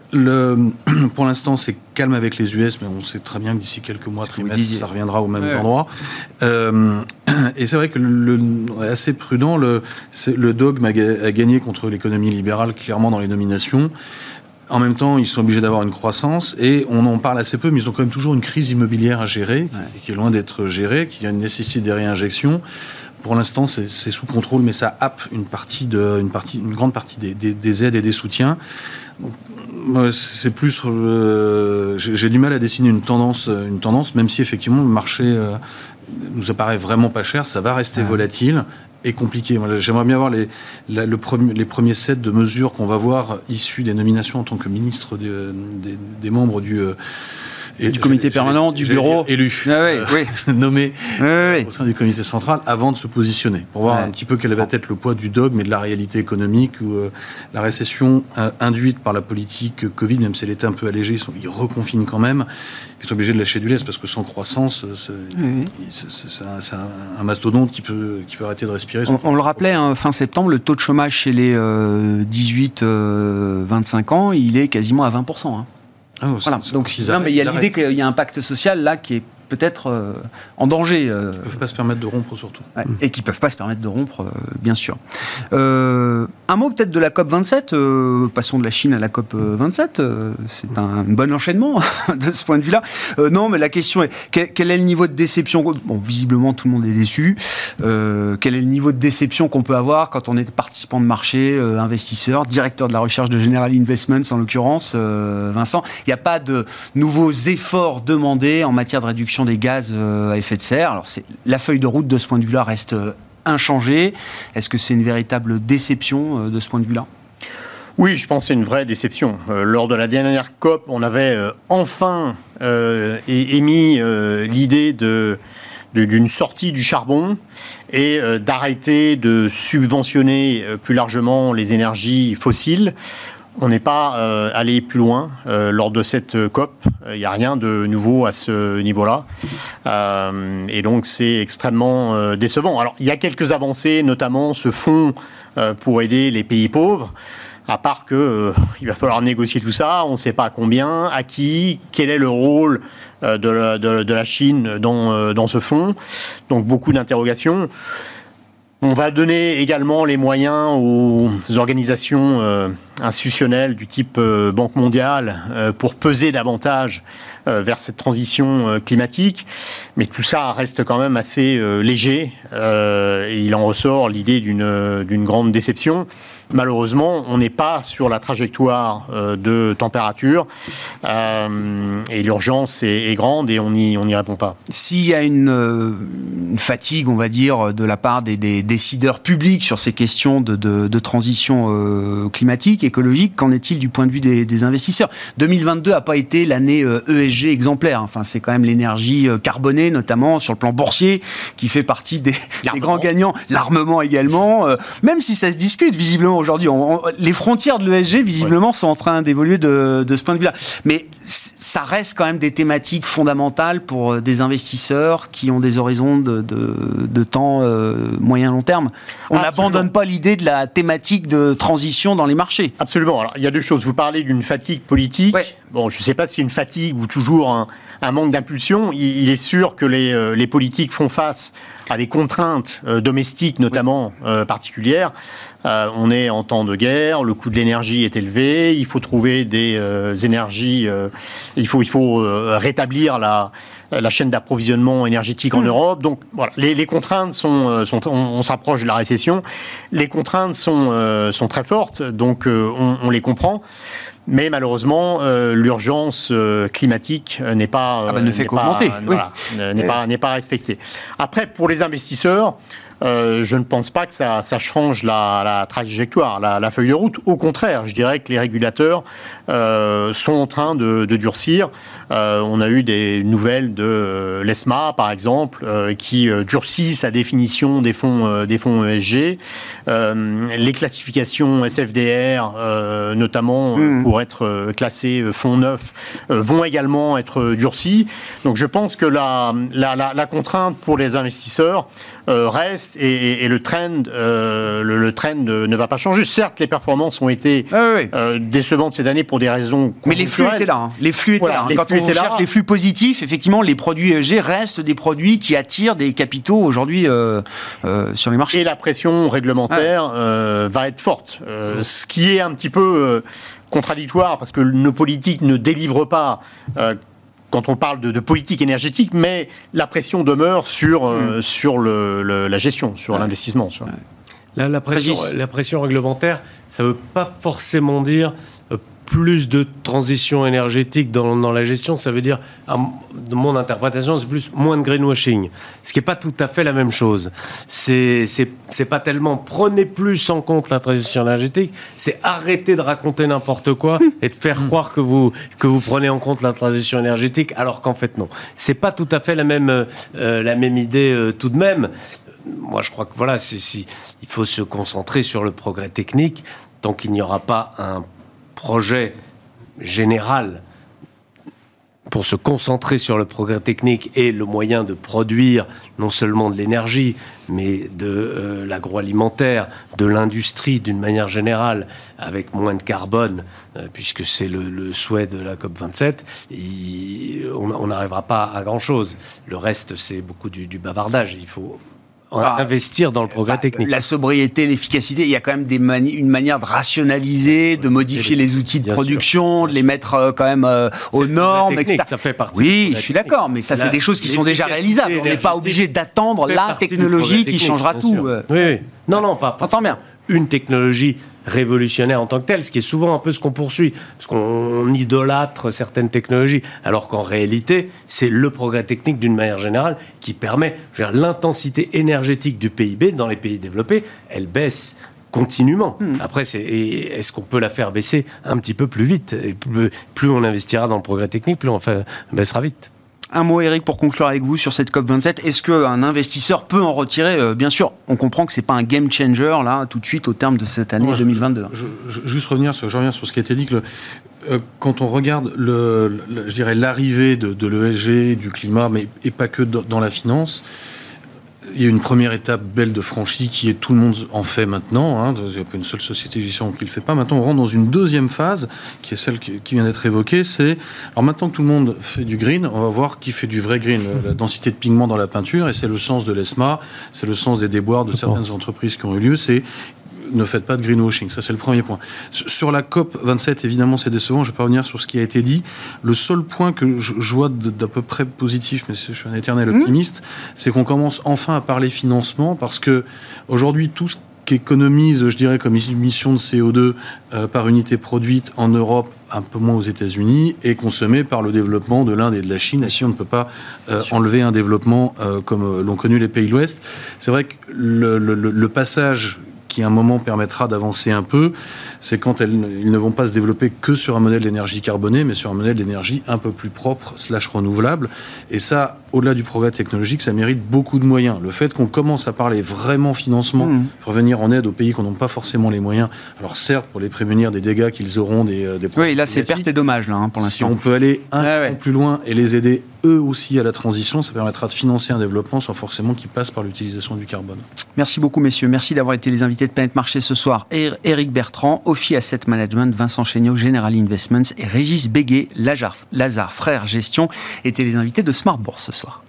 le, pour l'instant, c'est calme avec les U S, mais on sait très bien que d'ici quelques mois, trimestres, ça reviendra aux mêmes ouais. endroits. Euh, et c'est vrai que le, le assez prudent. Le, c'est, le dogme a, a gagné contre l'économie libérale, clairement dans les nominations. En même temps, ils sont obligés d'avoir une croissance et on en parle assez peu, mais ils ont quand même toujours une crise immobilière à gérer, ouais. qui est loin d'être gérée, qui a une nécessité des réinjections. Pour l'instant, c'est, c'est sous contrôle, mais ça happe une partie de, une partie, une grande partie des, des, des aides et des soutiens. Donc, c'est plus, euh, j'ai, j'ai du mal à dessiner une tendance, une tendance, même si effectivement le marché euh, nous apparaît vraiment pas cher, ça va rester ouais. volatile et compliqué. Moi, j'aimerais bien voir les, la, le premier, les premiers sets de mesures qu'on va voir issus des nominations en tant que ministre de, des, des membres du euh, Et du comité permanent, du bureau élu, ah, euh, oui, oui. nommé oui, oui. au sein du comité central avant de se positionner, pour voir ouais. un petit peu quel va être le poids du dogme et de la réalité économique, où euh, la récession euh, induite par la politique Covid, même si elle était un peu allégée, ils, sont, ils reconfinent quand même, ils sont obligés de lâcher du lest, parce que sans croissance, c'est, oui. c'est, c'est, c'est, un, c'est un mastodonte qui peut, qui peut arrêter de respirer. On, on le rappelait, hein, fin septembre, le taux de chômage chez les euh, dix-huit vingt-cinq ans, il est quasiment à vingt pour cent. Hein. Ah, voilà. Donc, non, mais il y a l'idée qu'il y a un pacte social là qui est peut-être euh, en danger. Euh, qui ne peuvent pas se permettre de rompre surtout. Ouais, mmh. Et qui ne peuvent pas se permettre de rompre, euh, bien sûr. Euh, un mot peut-être de la COP vingt-sept. Euh, passons de la Chine à la COP vingt-sept. Euh, c'est un, un bon enchaînement de ce point de vue-là. Euh, non, mais la question est, quel, quel est le niveau de déception ? Bon, visiblement, tout le monde est déçu. Euh, quel est le niveau de déception qu'on peut avoir quand on est participant de marché, euh, investisseur, directeur de la recherche de General Investments, en l'occurrence, euh, Vincent ? Il n'y a pas de nouveaux efforts demandés en matière de réduction des gaz à effet de serre. Alors, c'est, la feuille de route de ce point de vue-là reste inchangée. Est-ce que c'est une véritable déception de ce point de vue-là ? Oui, je pense que c'est une vraie déception. Euh, lors de la dernière COP, on avait euh, enfin euh, émis euh, l'idée de, de, d'une sortie du charbon et euh, d'arrêter de subventionner euh, plus largement les énergies fossiles. On n'est pas euh, allé plus loin euh, lors de cette euh, COP. Il euh, n'y a rien de nouveau à ce niveau-là. Euh, et donc, c'est extrêmement euh, décevant. Alors, il y a quelques avancées, notamment ce fonds euh, pour aider les pays pauvres. À part qu'il euh, va falloir négocier tout ça. On ne sait pas combien, à qui, quel est le rôle euh, de, la, de, de la Chine dans, euh, dans ce fonds. Donc, beaucoup d'interrogations. On va donner également les moyens aux organisations euh, institutionnelles du type euh, Banque mondiale euh, pour peser davantage euh, vers cette transition euh, climatique. Mais tout ça reste quand même assez euh, léger. Euh, et il en ressort l'idée d'une, d'une grande déception. Malheureusement, on n'est pas sur la trajectoire euh, de température euh, et l'urgence est, est grande et on n'y on n'y répond pas. S'il y a une, euh, une fatigue, on va dire, de la part des, des décideurs publics sur ces questions de, de, de transition euh, climatique, écologique, qu'en est-il du point de vue des, des investisseurs ? deux mille vingt-deux n'a pas été l'année euh, E S G exemplaire. Enfin, c'est quand même l'énergie euh, carbonée, notamment sur le plan boursier, qui fait partie des, des grands gagnants. L'armement également, euh, même si ça se discute visiblement. Aujourd'hui, on, on, les frontières de l'E S G, visiblement, ouais. sont en train d'évoluer de, de ce point de vue-là. Mais ça reste quand même des thématiques fondamentales pour des investisseurs qui ont des horizons de, de, de temps euh, moyen-long terme. On n'abandonne pas l'idée de la thématique de transition dans les marchés. Absolument. Alors, il y a deux choses. Vous parlez d'une fatigue politique. Ouais. Bon, je ne sais pas si c'est une fatigue ou toujours un, un manque d'impulsion. Il, il est sûr que les, euh, les politiques font face à des contraintes euh, domestiques, notamment oui. euh, particulières. Euh, on est en temps de guerre, le coût de l'énergie est élevé, il faut trouver des euh, énergies, euh, il faut, il faut euh, rétablir la, la chaîne d'approvisionnement énergétique en mmh. Europe. Donc voilà, les, les contraintes sont, sont on, on s'approche de la récession, les contraintes sont, euh, sont très fortes, donc euh, on, on les comprend. Mais malheureusement, euh, l'urgence euh, climatique euh, n'est pas, euh, ah bah, ne fait qu'augmenter. Pas, voilà, oui. n'est, pas, n'est pas respectée. Après, pour les investisseurs, Euh, je ne pense pas que ça, ça change la, la trajectoire, la, la feuille de route. Au contraire, je dirais que les régulateurs euh, sont en train de, de durcir. Euh, on a eu des nouvelles de l'E S M A, par exemple, euh, qui euh, durcit sa définition des fonds, euh, des fonds E S G. Euh, les classifications S F D R, euh, notamment mmh. pour être classés fonds neufs, euh, vont également être durcies. Donc je pense que la, la, la, la contrainte pour les investisseurs euh, reste et, et, et le trend, euh, le, le trend ne va pas changer. Certes, les performances ont été ah oui. euh, décevantes cette année pour des raisons mais les flux étaient là. Hein. Les flux étaient voilà, là. Hein. Quand on cherche là. les flux positifs, effectivement, les produits E S G restent des produits qui attirent des capitaux aujourd'hui euh, euh, sur les marchés. Et la pression réglementaire ah. euh, va être forte. Euh, ce qui est un petit peu euh, contradictoire parce que nos politiques ne délivrent pas. Euh, quand on parle de, de politique énergétique, mais la pression demeure sur, euh, mmh. sur le, le, la gestion, sur ouais. l'investissement. La, la, pression, la pression réglementaire, ça ne veut pas forcément dire euh, plus de transition énergétique dans, dans la gestion, ça veut dire, à mon interprétation, c'est plus moins de greenwashing. Ce qui n'est pas tout à fait la même chose. C'est, c'est, c'est pas tellement prenez plus en compte la transition énergétique, c'est arrêter de raconter n'importe quoi et de faire croire que vous, que vous prenez en compte la transition énergétique, alors qu'en fait non. C'est pas tout à fait la même, euh, la même idée euh, tout de même. Moi, je crois que voilà, c'est, c'est, il faut se concentrer sur le progrès technique tant qu'il n'y aura pas un projet général pour se concentrer sur le progrès technique et le moyen de produire non seulement de l'énergie, mais de euh, l'agroalimentaire, de l'industrie d'une manière générale, avec moins de carbone, euh, puisque c'est le, le souhait de la COP vingt-sept, il, on n'arrivera pas à grand-chose. Le reste, c'est beaucoup du, du bavardage. Il faut Ah, investir dans le progrès enfin, technique. La sobriété, l'efficacité, il y a quand même des mani- une manière de rationaliser, de modifier les outils de Bien production, sûr. de les mettre euh, quand même euh, aux normes, technique, et cetera. Ça fait partie oui, je suis d'accord, mais ça, la, c'est des choses qui sont déjà réalisables. On n'est pas obligé d'attendre la technologie qui changera tout. Oui, oui. Non, non, pas. Entends bien. Une technologie révolutionnaire en tant que telle, ce qui est souvent un peu ce qu'on poursuit, parce qu'on idolâtre certaines technologies, alors qu'en réalité, c'est le progrès technique d'une manière générale qui permet, je veux dire, l'intensité énergétique du P I B dans les pays développés, elle baisse continuellement. Hmm. Après, c'est, est-ce qu'on peut la faire baisser un petit peu plus vite ? Et plus, plus on investira dans le progrès technique, plus on fait, baissera vite. Un mot, Eric, pour conclure avec vous sur cette COP vingt-sept. Est-ce qu'un investisseur peut en retirer euh, Bien sûr, on comprend que ce n'est pas un game changer, là, tout de suite, au terme de cette année Moi, deux mille vingt-deux. Je, je, je, juste revenir sur, je reviens sur ce qui a été dit. Que le, euh, quand on regarde, le, le, je dirais, l'arrivée de, de l'E S G, du climat, mais et pas que dans, dans la finance, il y a une première étape belle de franchie qui est tout le monde en fait maintenant. Hein, il n'y a pas une seule société de gestion qui ne le fait pas. Maintenant, on rentre dans une deuxième phase, qui est celle qui, qui vient d'être évoquée. C'est, alors maintenant que tout le monde fait du green, on va voir qui fait du vrai green. La densité de pigments dans la peinture, et c'est le sens de l'E S M A, c'est le sens des déboires de certaines entreprises qui ont eu lieu. C'est ne faites pas de greenwashing, ça c'est le premier point. Sur la COP vingt-sept, évidemment c'est décevant, je ne vais pas revenir sur ce qui a été dit. Le seul point que je, je vois d'à peu près positif, mais je suis un éternel optimiste, mmh. c'est qu'on commence enfin à parler financement, parce que aujourd'hui tout ce qu'économise, je dirais, comme émission de C O deux euh, par unité produite en Europe, un peu moins aux États-Unis, est consommé par le développement de l'Inde et de la Chine. Et si on ne peut pas euh, enlever un développement euh, comme euh, l'ont connu les pays de l'Ouest, c'est vrai que le, le, le passage qui à un moment permettra d'avancer un peu, c'est quand elles, ils ne vont pas se développer que sur un modèle d'énergie carbonée, mais sur un modèle d'énergie un peu plus propre, slash renouvelable. Et ça, au-delà du progrès technologique, ça mérite beaucoup de moyens. Le fait qu'on commence à parler vraiment financement, mmh. pour venir en aide aux pays qui n'ont pas forcément les moyens, alors certes, pour les prémunir des dégâts qu'ils auront des, des oui, là, c'est perte et dommage, là, hein, pour l'instant. Si on peut aller un ah, peu ouais. plus loin et les aider eux aussi à la transition, ça permettra de financer un développement sans forcément qu'il passe par l'utilisation du carbone. Merci beaucoup, messieurs. Merci d'avoir été les invités de Planète Marché ce soir. Éric Bertrand, Ophi Asset Management, Vincent Chéniaud, General Investments et Régis Béguet, Lazare, Lazare Frères Gestion étaient les invités de Smart Bourse ce soir.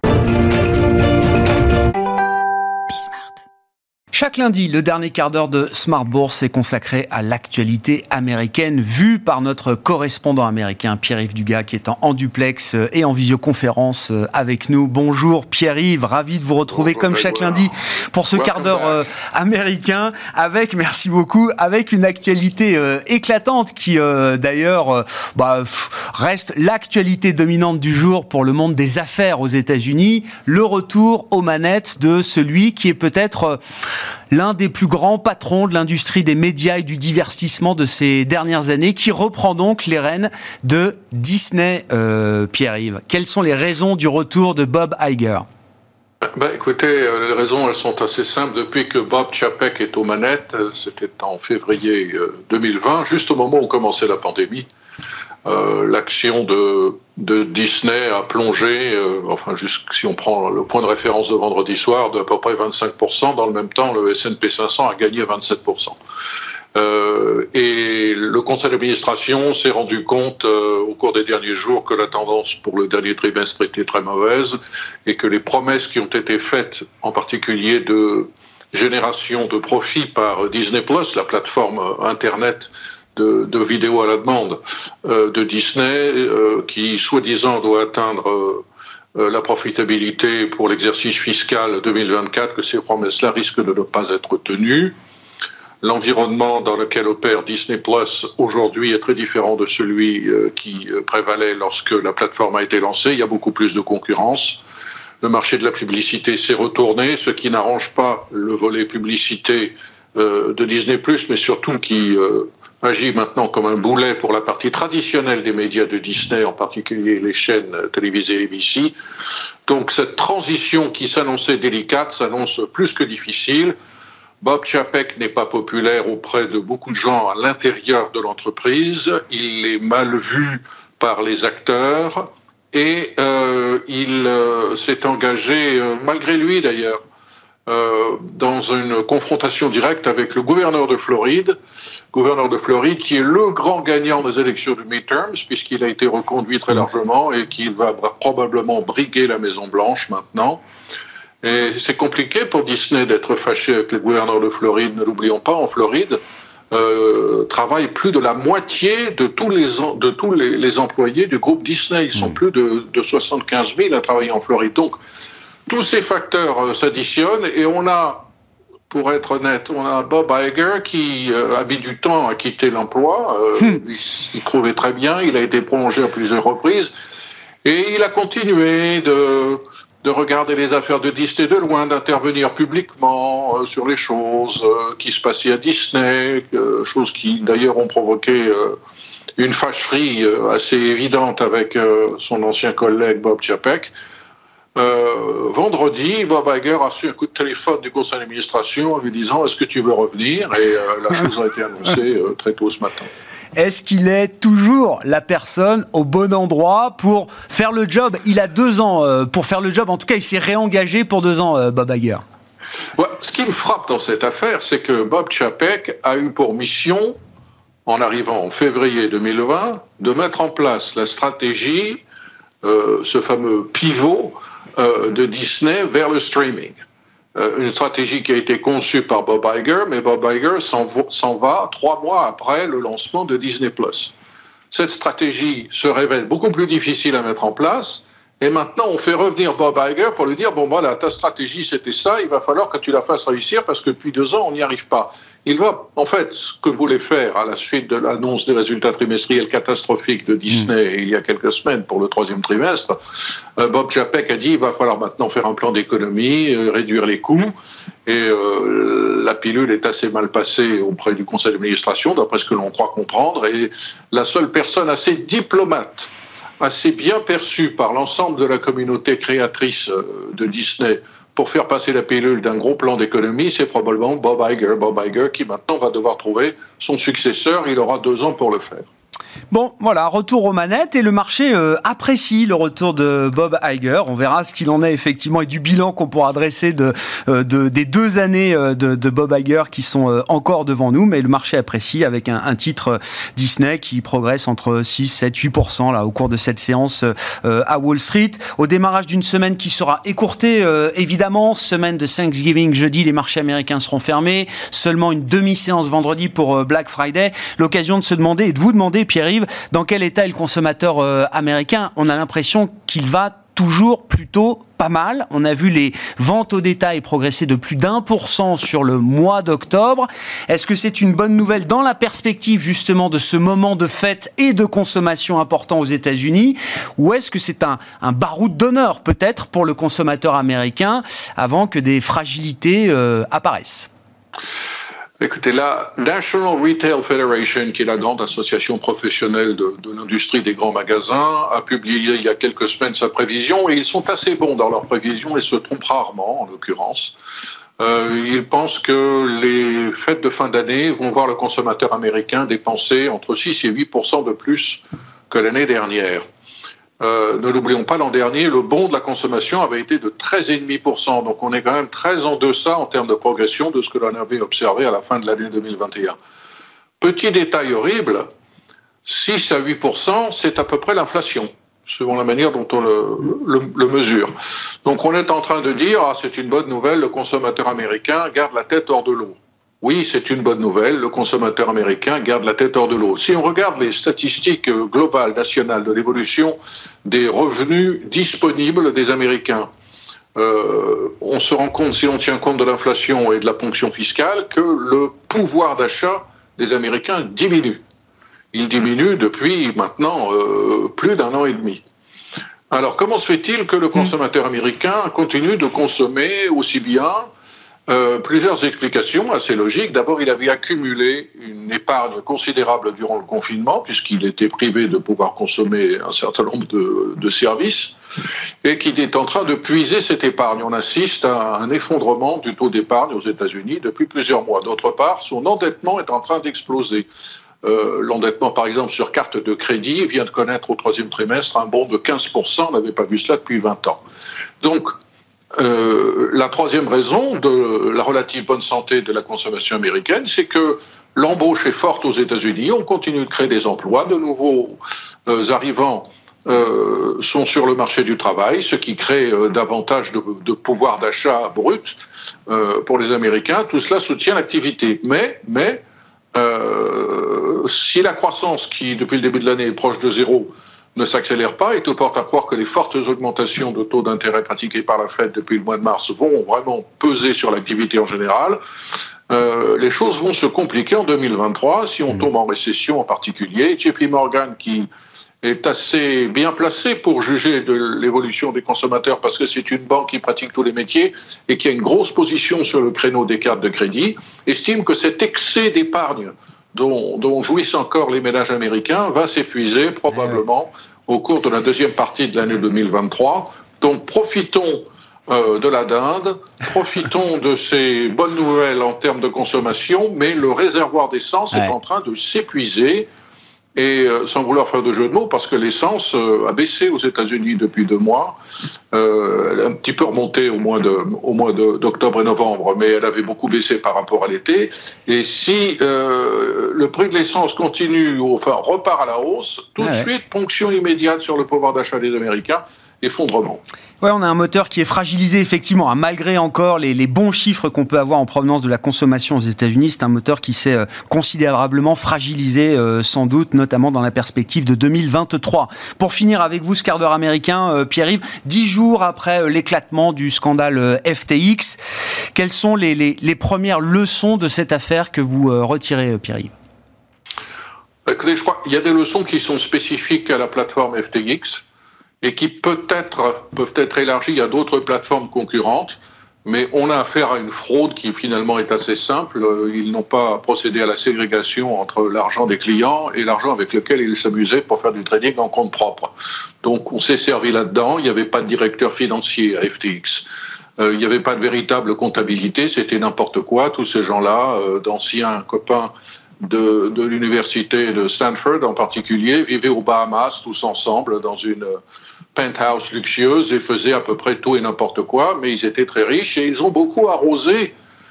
Chaque lundi, le dernier quart d'heure de Smart Bourse est consacré à l'actualité américaine, vue par notre correspondant américain Pierre-Yves Dugas, qui est en, en duplex et en visioconférence avec nous. Bonjour Pierre-Yves, ravi de vous retrouver Bonjour, comme chaque voilà. lundi pour ce quart d'heure euh, américain, avec, merci beaucoup, avec une actualité euh, éclatante qui euh, d'ailleurs euh, bah, reste l'actualité dominante du jour pour le monde des affaires aux États-Unis, le retour aux manettes de celui qui est peut-être euh, l'un des plus grands patrons de l'industrie des médias et du divertissement de ces dernières années, qui reprend donc les rênes de Disney, euh, Pierre-Yves. Quelles sont les raisons du retour de Bob Iger ? Ben, écoutez, les raisons, elles sont assez simples. Depuis que Bob Chapek est aux manettes, c'était en février deux mille vingt, juste au moment où commençait la pandémie, Euh, l'action de, de Disney a plongé, euh, enfin, jusqu', si on prend le point de référence de vendredi soir, d'à peu près vingt-cinq pour cent. Dans le même temps, le S and P cinq cents a gagné vingt-sept pour cent. Euh, et le conseil d'administration s'est rendu compte euh, au cours des derniers jours que la tendance pour le dernier trimestre était très mauvaise et que les promesses qui ont été faites, en particulier de génération de profits par Disney plus, la plateforme Internet De, de vidéos à la demande euh, de Disney, euh, qui soi-disant doit atteindre euh, la profitabilité pour l'exercice fiscal deux mille vingt-quatre, que ces promesses-là risquent de ne pas être tenues. l'environnement dans lequel opère Disney Plus aujourd'hui est très différent de celui euh, qui prévalait lorsque la plateforme a été lancée. Il y a beaucoup plus de concurrence. Le marché de la publicité s'est retourné, ce qui n'arrange pas le volet publicité euh, de Disney Plus, mais surtout qui euh, agit maintenant comme un boulet pour la partie traditionnelle des médias de Disney, en particulier les chaînes télévisées A B C. Donc cette transition qui s'annonçait délicate s'annonce plus que difficile. Bob Chapek n'est pas populaire auprès de beaucoup de gens à l'intérieur de l'entreprise. Il est mal vu par les acteurs et euh, il euh, s'est engagé, euh, malgré lui d'ailleurs, euh, dans une confrontation directe avec le gouverneur de Floride, gouverneur de Floride qui est le grand gagnant des élections de midterms puisqu'il a été reconduit très largement et qu'il va probablement briguer la Maison-Blanche maintenant. Et c'est compliqué pour Disney d'être fâché avec le gouverneur de Floride. Ne l'oublions pas, en Floride, euh, travaillent plus de la moitié de tous les, de tous les, les employés du groupe Disney. Ils sont plus de, de soixante-quinze mille à travailler en Floride. Donc, tous ces facteurs euh, s'additionnent et on a, pour être honnête, on a Bob Iger qui euh, a mis du temps à quitter l'emploi. Euh, hum. il, il trouvait très bien, il a été prolongé à plusieurs reprises et il a continué de... de regarder les affaires de Disney de loin, d'intervenir publiquement euh, sur les choses euh, qui se passaient à Disney, euh, choses qui d'ailleurs ont provoqué euh, une fâcherie euh, assez évidente avec euh, son ancien collègue Bob Chapek. Euh, vendredi, Bob Iger a reçu un coup de téléphone du conseil d'administration en lui disant « Est-ce que tu veux revenir ?» Et euh, la chose a été annoncée euh, très tôt ce matin. Est-ce qu'il est toujours la personne au bon endroit pour faire le job ? Il a deux ans euh, pour faire le job. En tout cas, il s'est réengagé pour deux ans, euh, Bob Iger. Ouais, ce qui me frappe dans cette affaire, c'est que Bob Chapek a eu pour mission, en arrivant en février deux mille vingt, de mettre en place la stratégie, euh, ce fameux pivot euh, de Disney vers le streaming. Une stratégie qui a été conçue par Bob Iger, mais Bob Iger s'en va, s'en va trois mois après le lancement de Disney Plus. Cette stratégie se révèle beaucoup plus difficile à mettre en place, et maintenant on fait revenir Bob Iger pour lui dire « Bon voilà, ta stratégie c'était ça, il va falloir que tu la fasses réussir parce que depuis deux ans on n'y arrive pas ». Il va, en fait, ce que voulait faire à la suite de l'annonce des résultats trimestriels catastrophiques de Disney mmh. il y a quelques semaines pour le troisième trimestre, euh, Bob Chapek a dit il va falloir maintenant faire un plan d'économie, euh, réduire les coûts, et euh, la pilule est assez mal passée auprès du conseil d'administration, d'après ce que l'on croit comprendre, et la seule personne assez diplomate, assez bien perçue par l'ensemble de la communauté créatrice euh, de Disney, pour faire passer la pilule d'un gros plan d'économie, c'est probablement Bob Iger. Bob Iger qui maintenant va devoir trouver son successeur. Il aura deux ans pour le faire. Bon, voilà, retour aux manettes et le marché euh, apprécie le retour de Bob Iger. On verra ce qu'il en est effectivement et du bilan qu'on pourra dresser de, euh, de, des deux années euh, de, de Bob Iger qui sont euh, encore devant nous. Mais le marché apprécie avec un, un titre Disney qui progresse entre six, sept, huit pour cent là, au cours de cette séance euh, à Wall Street. Au démarrage d'une semaine qui sera écourtée, euh, évidemment. Semaine de Thanksgiving jeudi, les marchés américains seront fermés. Seulement une demi-séance vendredi pour euh, Black Friday. L'occasion de se demander et de vous demander, Pierre, dans quel état est le consommateur euh, américain ? On a l'impression qu'il va toujours plutôt pas mal. On a vu les ventes au détail progresser de plus d'un pour cent sur le mois d'octobre. Est-ce que c'est une bonne nouvelle dans la perspective justement de ce moment de fête et de consommation important aux États-Unis ? Ou est-ce que c'est un, un baroud d'honneur peut-être pour le consommateur américain avant que des fragilités euh, apparaissent ? Écoutez, la National Retail Federation, qui est la grande association professionnelle de, de l'industrie des grands magasins, a publié il y a quelques semaines sa prévision, et ils sont assez bons dans leurs prévisions et se trompent rarement, en l'occurrence. Euh, ils pensent que les fêtes de fin d'année vont voir le consommateur américain dépenser entre six et huit pour cent de plus que l'année dernière. Euh, ne l'oublions pas, l'an dernier, le bond de la consommation avait été de treize virgule cinq pour cent. Donc on est quand même très en deçà en termes de progression de ce que l'on avait observé à la fin de l'année deux mille vingt et un. Petit détail horrible, six à huit pour cent, c'est à peu près l'inflation, selon la manière dont on le, le, le mesure. Donc on est en train de dire, ah, c'est une bonne nouvelle, le consommateur américain garde la tête hors de l'eau. Oui, c'est une bonne nouvelle, le consommateur américain garde la tête hors de l'eau. Si on regarde les statistiques globales, nationales, de l'évolution des revenus disponibles des Américains, euh, on se rend compte, si on tient compte de l'inflation et de la ponction fiscale, que le pouvoir d'achat des Américains diminue. Il diminue depuis maintenant euh, plus d'un an et demi. Alors, comment se fait-il que le consommateur américain continue de consommer aussi bien ? Euh, plusieurs explications assez logiques. D'abord, il avait accumulé une épargne considérable durant le confinement, puisqu'il était privé de pouvoir consommer un certain nombre de, de services, et qu'il est en train de puiser cette épargne. On assiste à un effondrement du taux d'épargne aux États-Unis depuis plusieurs mois. D'autre part, son endettement est en train d'exploser. Euh, l'endettement, par exemple, sur carte de crédit vient de connaître au troisième trimestre un bond de quinze pour cent. On n'avait pas vu cela depuis vingt ans. Donc, Euh, la troisième raison de la relative bonne santé de la consommation américaine, c'est que l'embauche est forte aux États-Unis. On continue de créer des emplois. De nouveaux euh, arrivants euh, sont sur le marché du travail, ce qui crée euh, davantage de, de pouvoir d'achat brut euh, pour les Américains. Tout cela soutient l'activité. Mais, mais euh, si la croissance, qui depuis le début de l'année est proche de zéro, ne s'accélère pas, et tout porte à croire que les fortes augmentations de taux d'intérêt pratiquées par la Fed depuis le mois de mars vont vraiment peser sur l'activité en général, euh, les choses vont se compliquer en deux mille vingt-trois, si on tombe en récession en particulier. J P Morgan, qui est assez bien placé pour juger de l'évolution des consommateurs, parce que c'est une banque qui pratique tous les métiers et qui a une grosse position sur le créneau des cartes de crédit, estime que cet excès d'épargne Dont, dont jouissent encore les ménages américains, va s'épuiser probablement au cours de la deuxième partie de l'année deux mille vingt-trois. Donc profitons euh, de la dinde, profitons de ces bonnes nouvelles en termes de consommation, mais le réservoir d'essence ouais. est en train de s'épuiser. Et euh, sans vouloir faire de jeu de mots, parce que l'essence euh, a baissé aux États-Unis depuis deux mois, euh, elle a un petit peu remonté au mois, de, au mois de, d'octobre et novembre, mais elle avait beaucoup baissé par rapport à l'été. Et si euh, le prix de l'essence continue, enfin repart à la hausse, tout ah de ouais. suite, ponction immédiate sur le pouvoir d'achat des Américains, effondrement. Ouais, on a un moteur qui est fragilisé, effectivement, hein, malgré encore les, les bons chiffres qu'on peut avoir en provenance de la consommation aux États-Unis. C'est un moteur qui s'est euh, considérablement fragilisé, euh, sans doute, notamment dans la perspective de deux mille vingt-trois. Pour finir avec vous, ce quart d'heure américain, euh, Pierre-Yves, dix jours après euh, l'éclatement du scandale euh, F T X, quelles sont les, les, les premières leçons de cette affaire que vous euh, retirez, euh, Pierre-Yves ? Écoutez, je crois qu'il y a des leçons qui sont spécifiques à la plateforme F T X, et qui peut-être peuvent être élargies à d'autres plateformes concurrentes, mais on a affaire à une fraude qui finalement est assez simple. Ils n'ont pas procédé à la ségrégation entre l'argent des clients et l'argent avec lequel ils s'amusaient pour faire du trading en compte propre. Donc on s'est servi là-dedans, il n'y avait pas de directeur financier à F T X. Euh, il n'y avait pas de véritable comptabilité, c'était n'importe quoi. Tous ces gens-là, euh, d'anciens copains de, de l'université de Stanford en particulier, vivaient aux Bahamas tous ensemble dans une penthouse luxueuse et faisaient à peu près tout et n'importe quoi, mais ils étaient très riches et ils ont beaucoup arrosé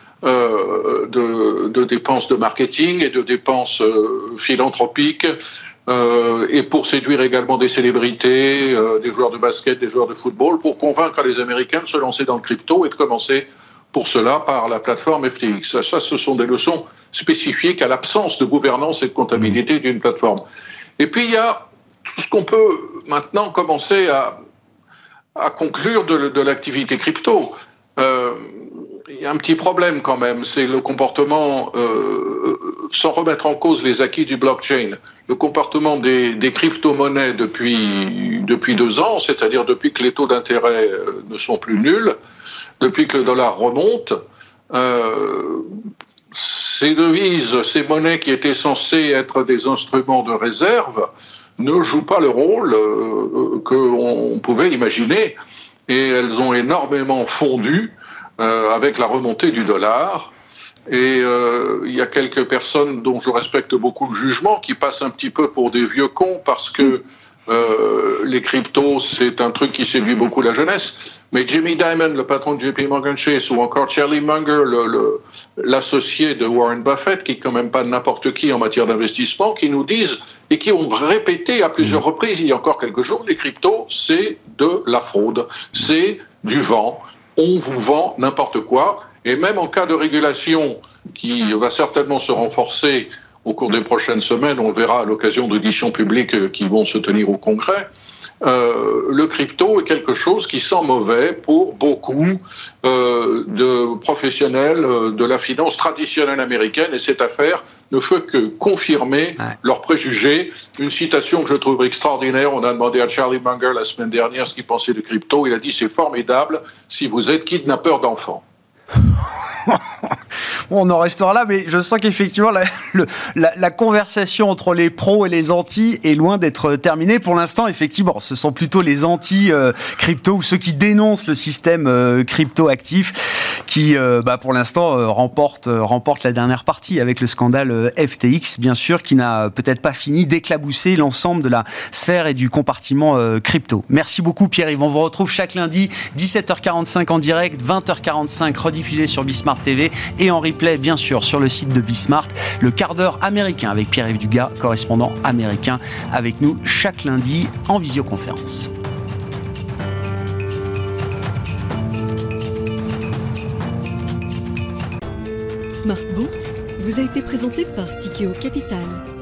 euh, de, de dépenses de marketing et de dépenses euh, philanthropiques euh, et pour séduire également des célébrités, euh, des joueurs de basket, des joueurs de football, pour convaincre les Américains de se lancer dans le crypto et de commencer pour cela par la plateforme F T X. Ça, ça ce sont des leçons spécifiques à l'absence de gouvernance et de comptabilité d'une plateforme. Et puis il y a tout ce qu'on peut maintenant commencer à, à conclure de, de l'activité crypto. Euh, il y a un petit problème quand même, c'est le comportement, euh, sans remettre en cause les acquis du blockchain, le comportement des, des crypto-monnaies depuis, depuis deux ans, c'est-à-dire depuis que les taux d'intérêt ne sont plus nuls, depuis que le dollar remonte. Euh, ces devises, ces monnaies qui étaient censées être des instruments de réserve, ne jouent pas le rôle euh, qu'on pouvait imaginer, et elles ont énormément fondu euh, avec la remontée du dollar. Et euh, il y a quelques personnes dont je respecte beaucoup le jugement qui passent un petit peu pour des vieux cons parce que euh, les cryptos, c'est un truc qui séduit beaucoup la jeunesse. Mais Jamie Dimon, le patron de J P Morgan Chase, ou encore Charlie Munger, le, le, l'associé de Warren Buffett, qui est quand même pas n'importe qui en matière d'investissement, qui nous disent et qui ont répété à plusieurs reprises il y a encore quelques jours, les cryptos, c'est de la fraude, c'est du vent, on vous vend n'importe quoi. Et même en cas de régulation qui va certainement se renforcer au cours des prochaines semaines, on le verra à l'occasion d'auditions publiques qui vont se tenir au Congrès, euh, le crypto est quelque chose qui sent mauvais pour beaucoup euh, de professionnels de la finance traditionnelle américaine, et cette affaire ne fait que confirmer ouais. leurs préjugés. Une citation que je trouve extraordinaire, on a demandé à Charlie Munger la semaine dernière ce qu'il pensait de crypto, il a dit « c'est formidable si vous êtes kidnappeur d'enfants ». On en restera là, mais je sens qu'effectivement la, le, la, la conversation entre les pros et les anti est loin d'être terminée. Pour l'instant, effectivement, ce sont plutôt les anti-crypto euh, ou ceux qui dénoncent le système euh, crypto-actif qui, euh, bah, pour l'instant, euh, remportent, euh, remportent la dernière partie avec le scandale euh, F T X, bien sûr, qui n'a peut-être pas fini d'éclabousser l'ensemble de la sphère et du compartiment euh, crypto. Merci beaucoup, Pierre-Yves. On vous retrouve chaque lundi, dix-sept heures quarante-cinq en direct, vingt heures quarante-cinq rediffusé sur Bismart T V et en replay, bien sûr, sur le site de Bismart. Le quart d'heure américain avec Pierre-Yves Dugas, correspondant américain, avec nous chaque lundi en visioconférence. Smart Bourse vous a été présenté par Tikeo Capital.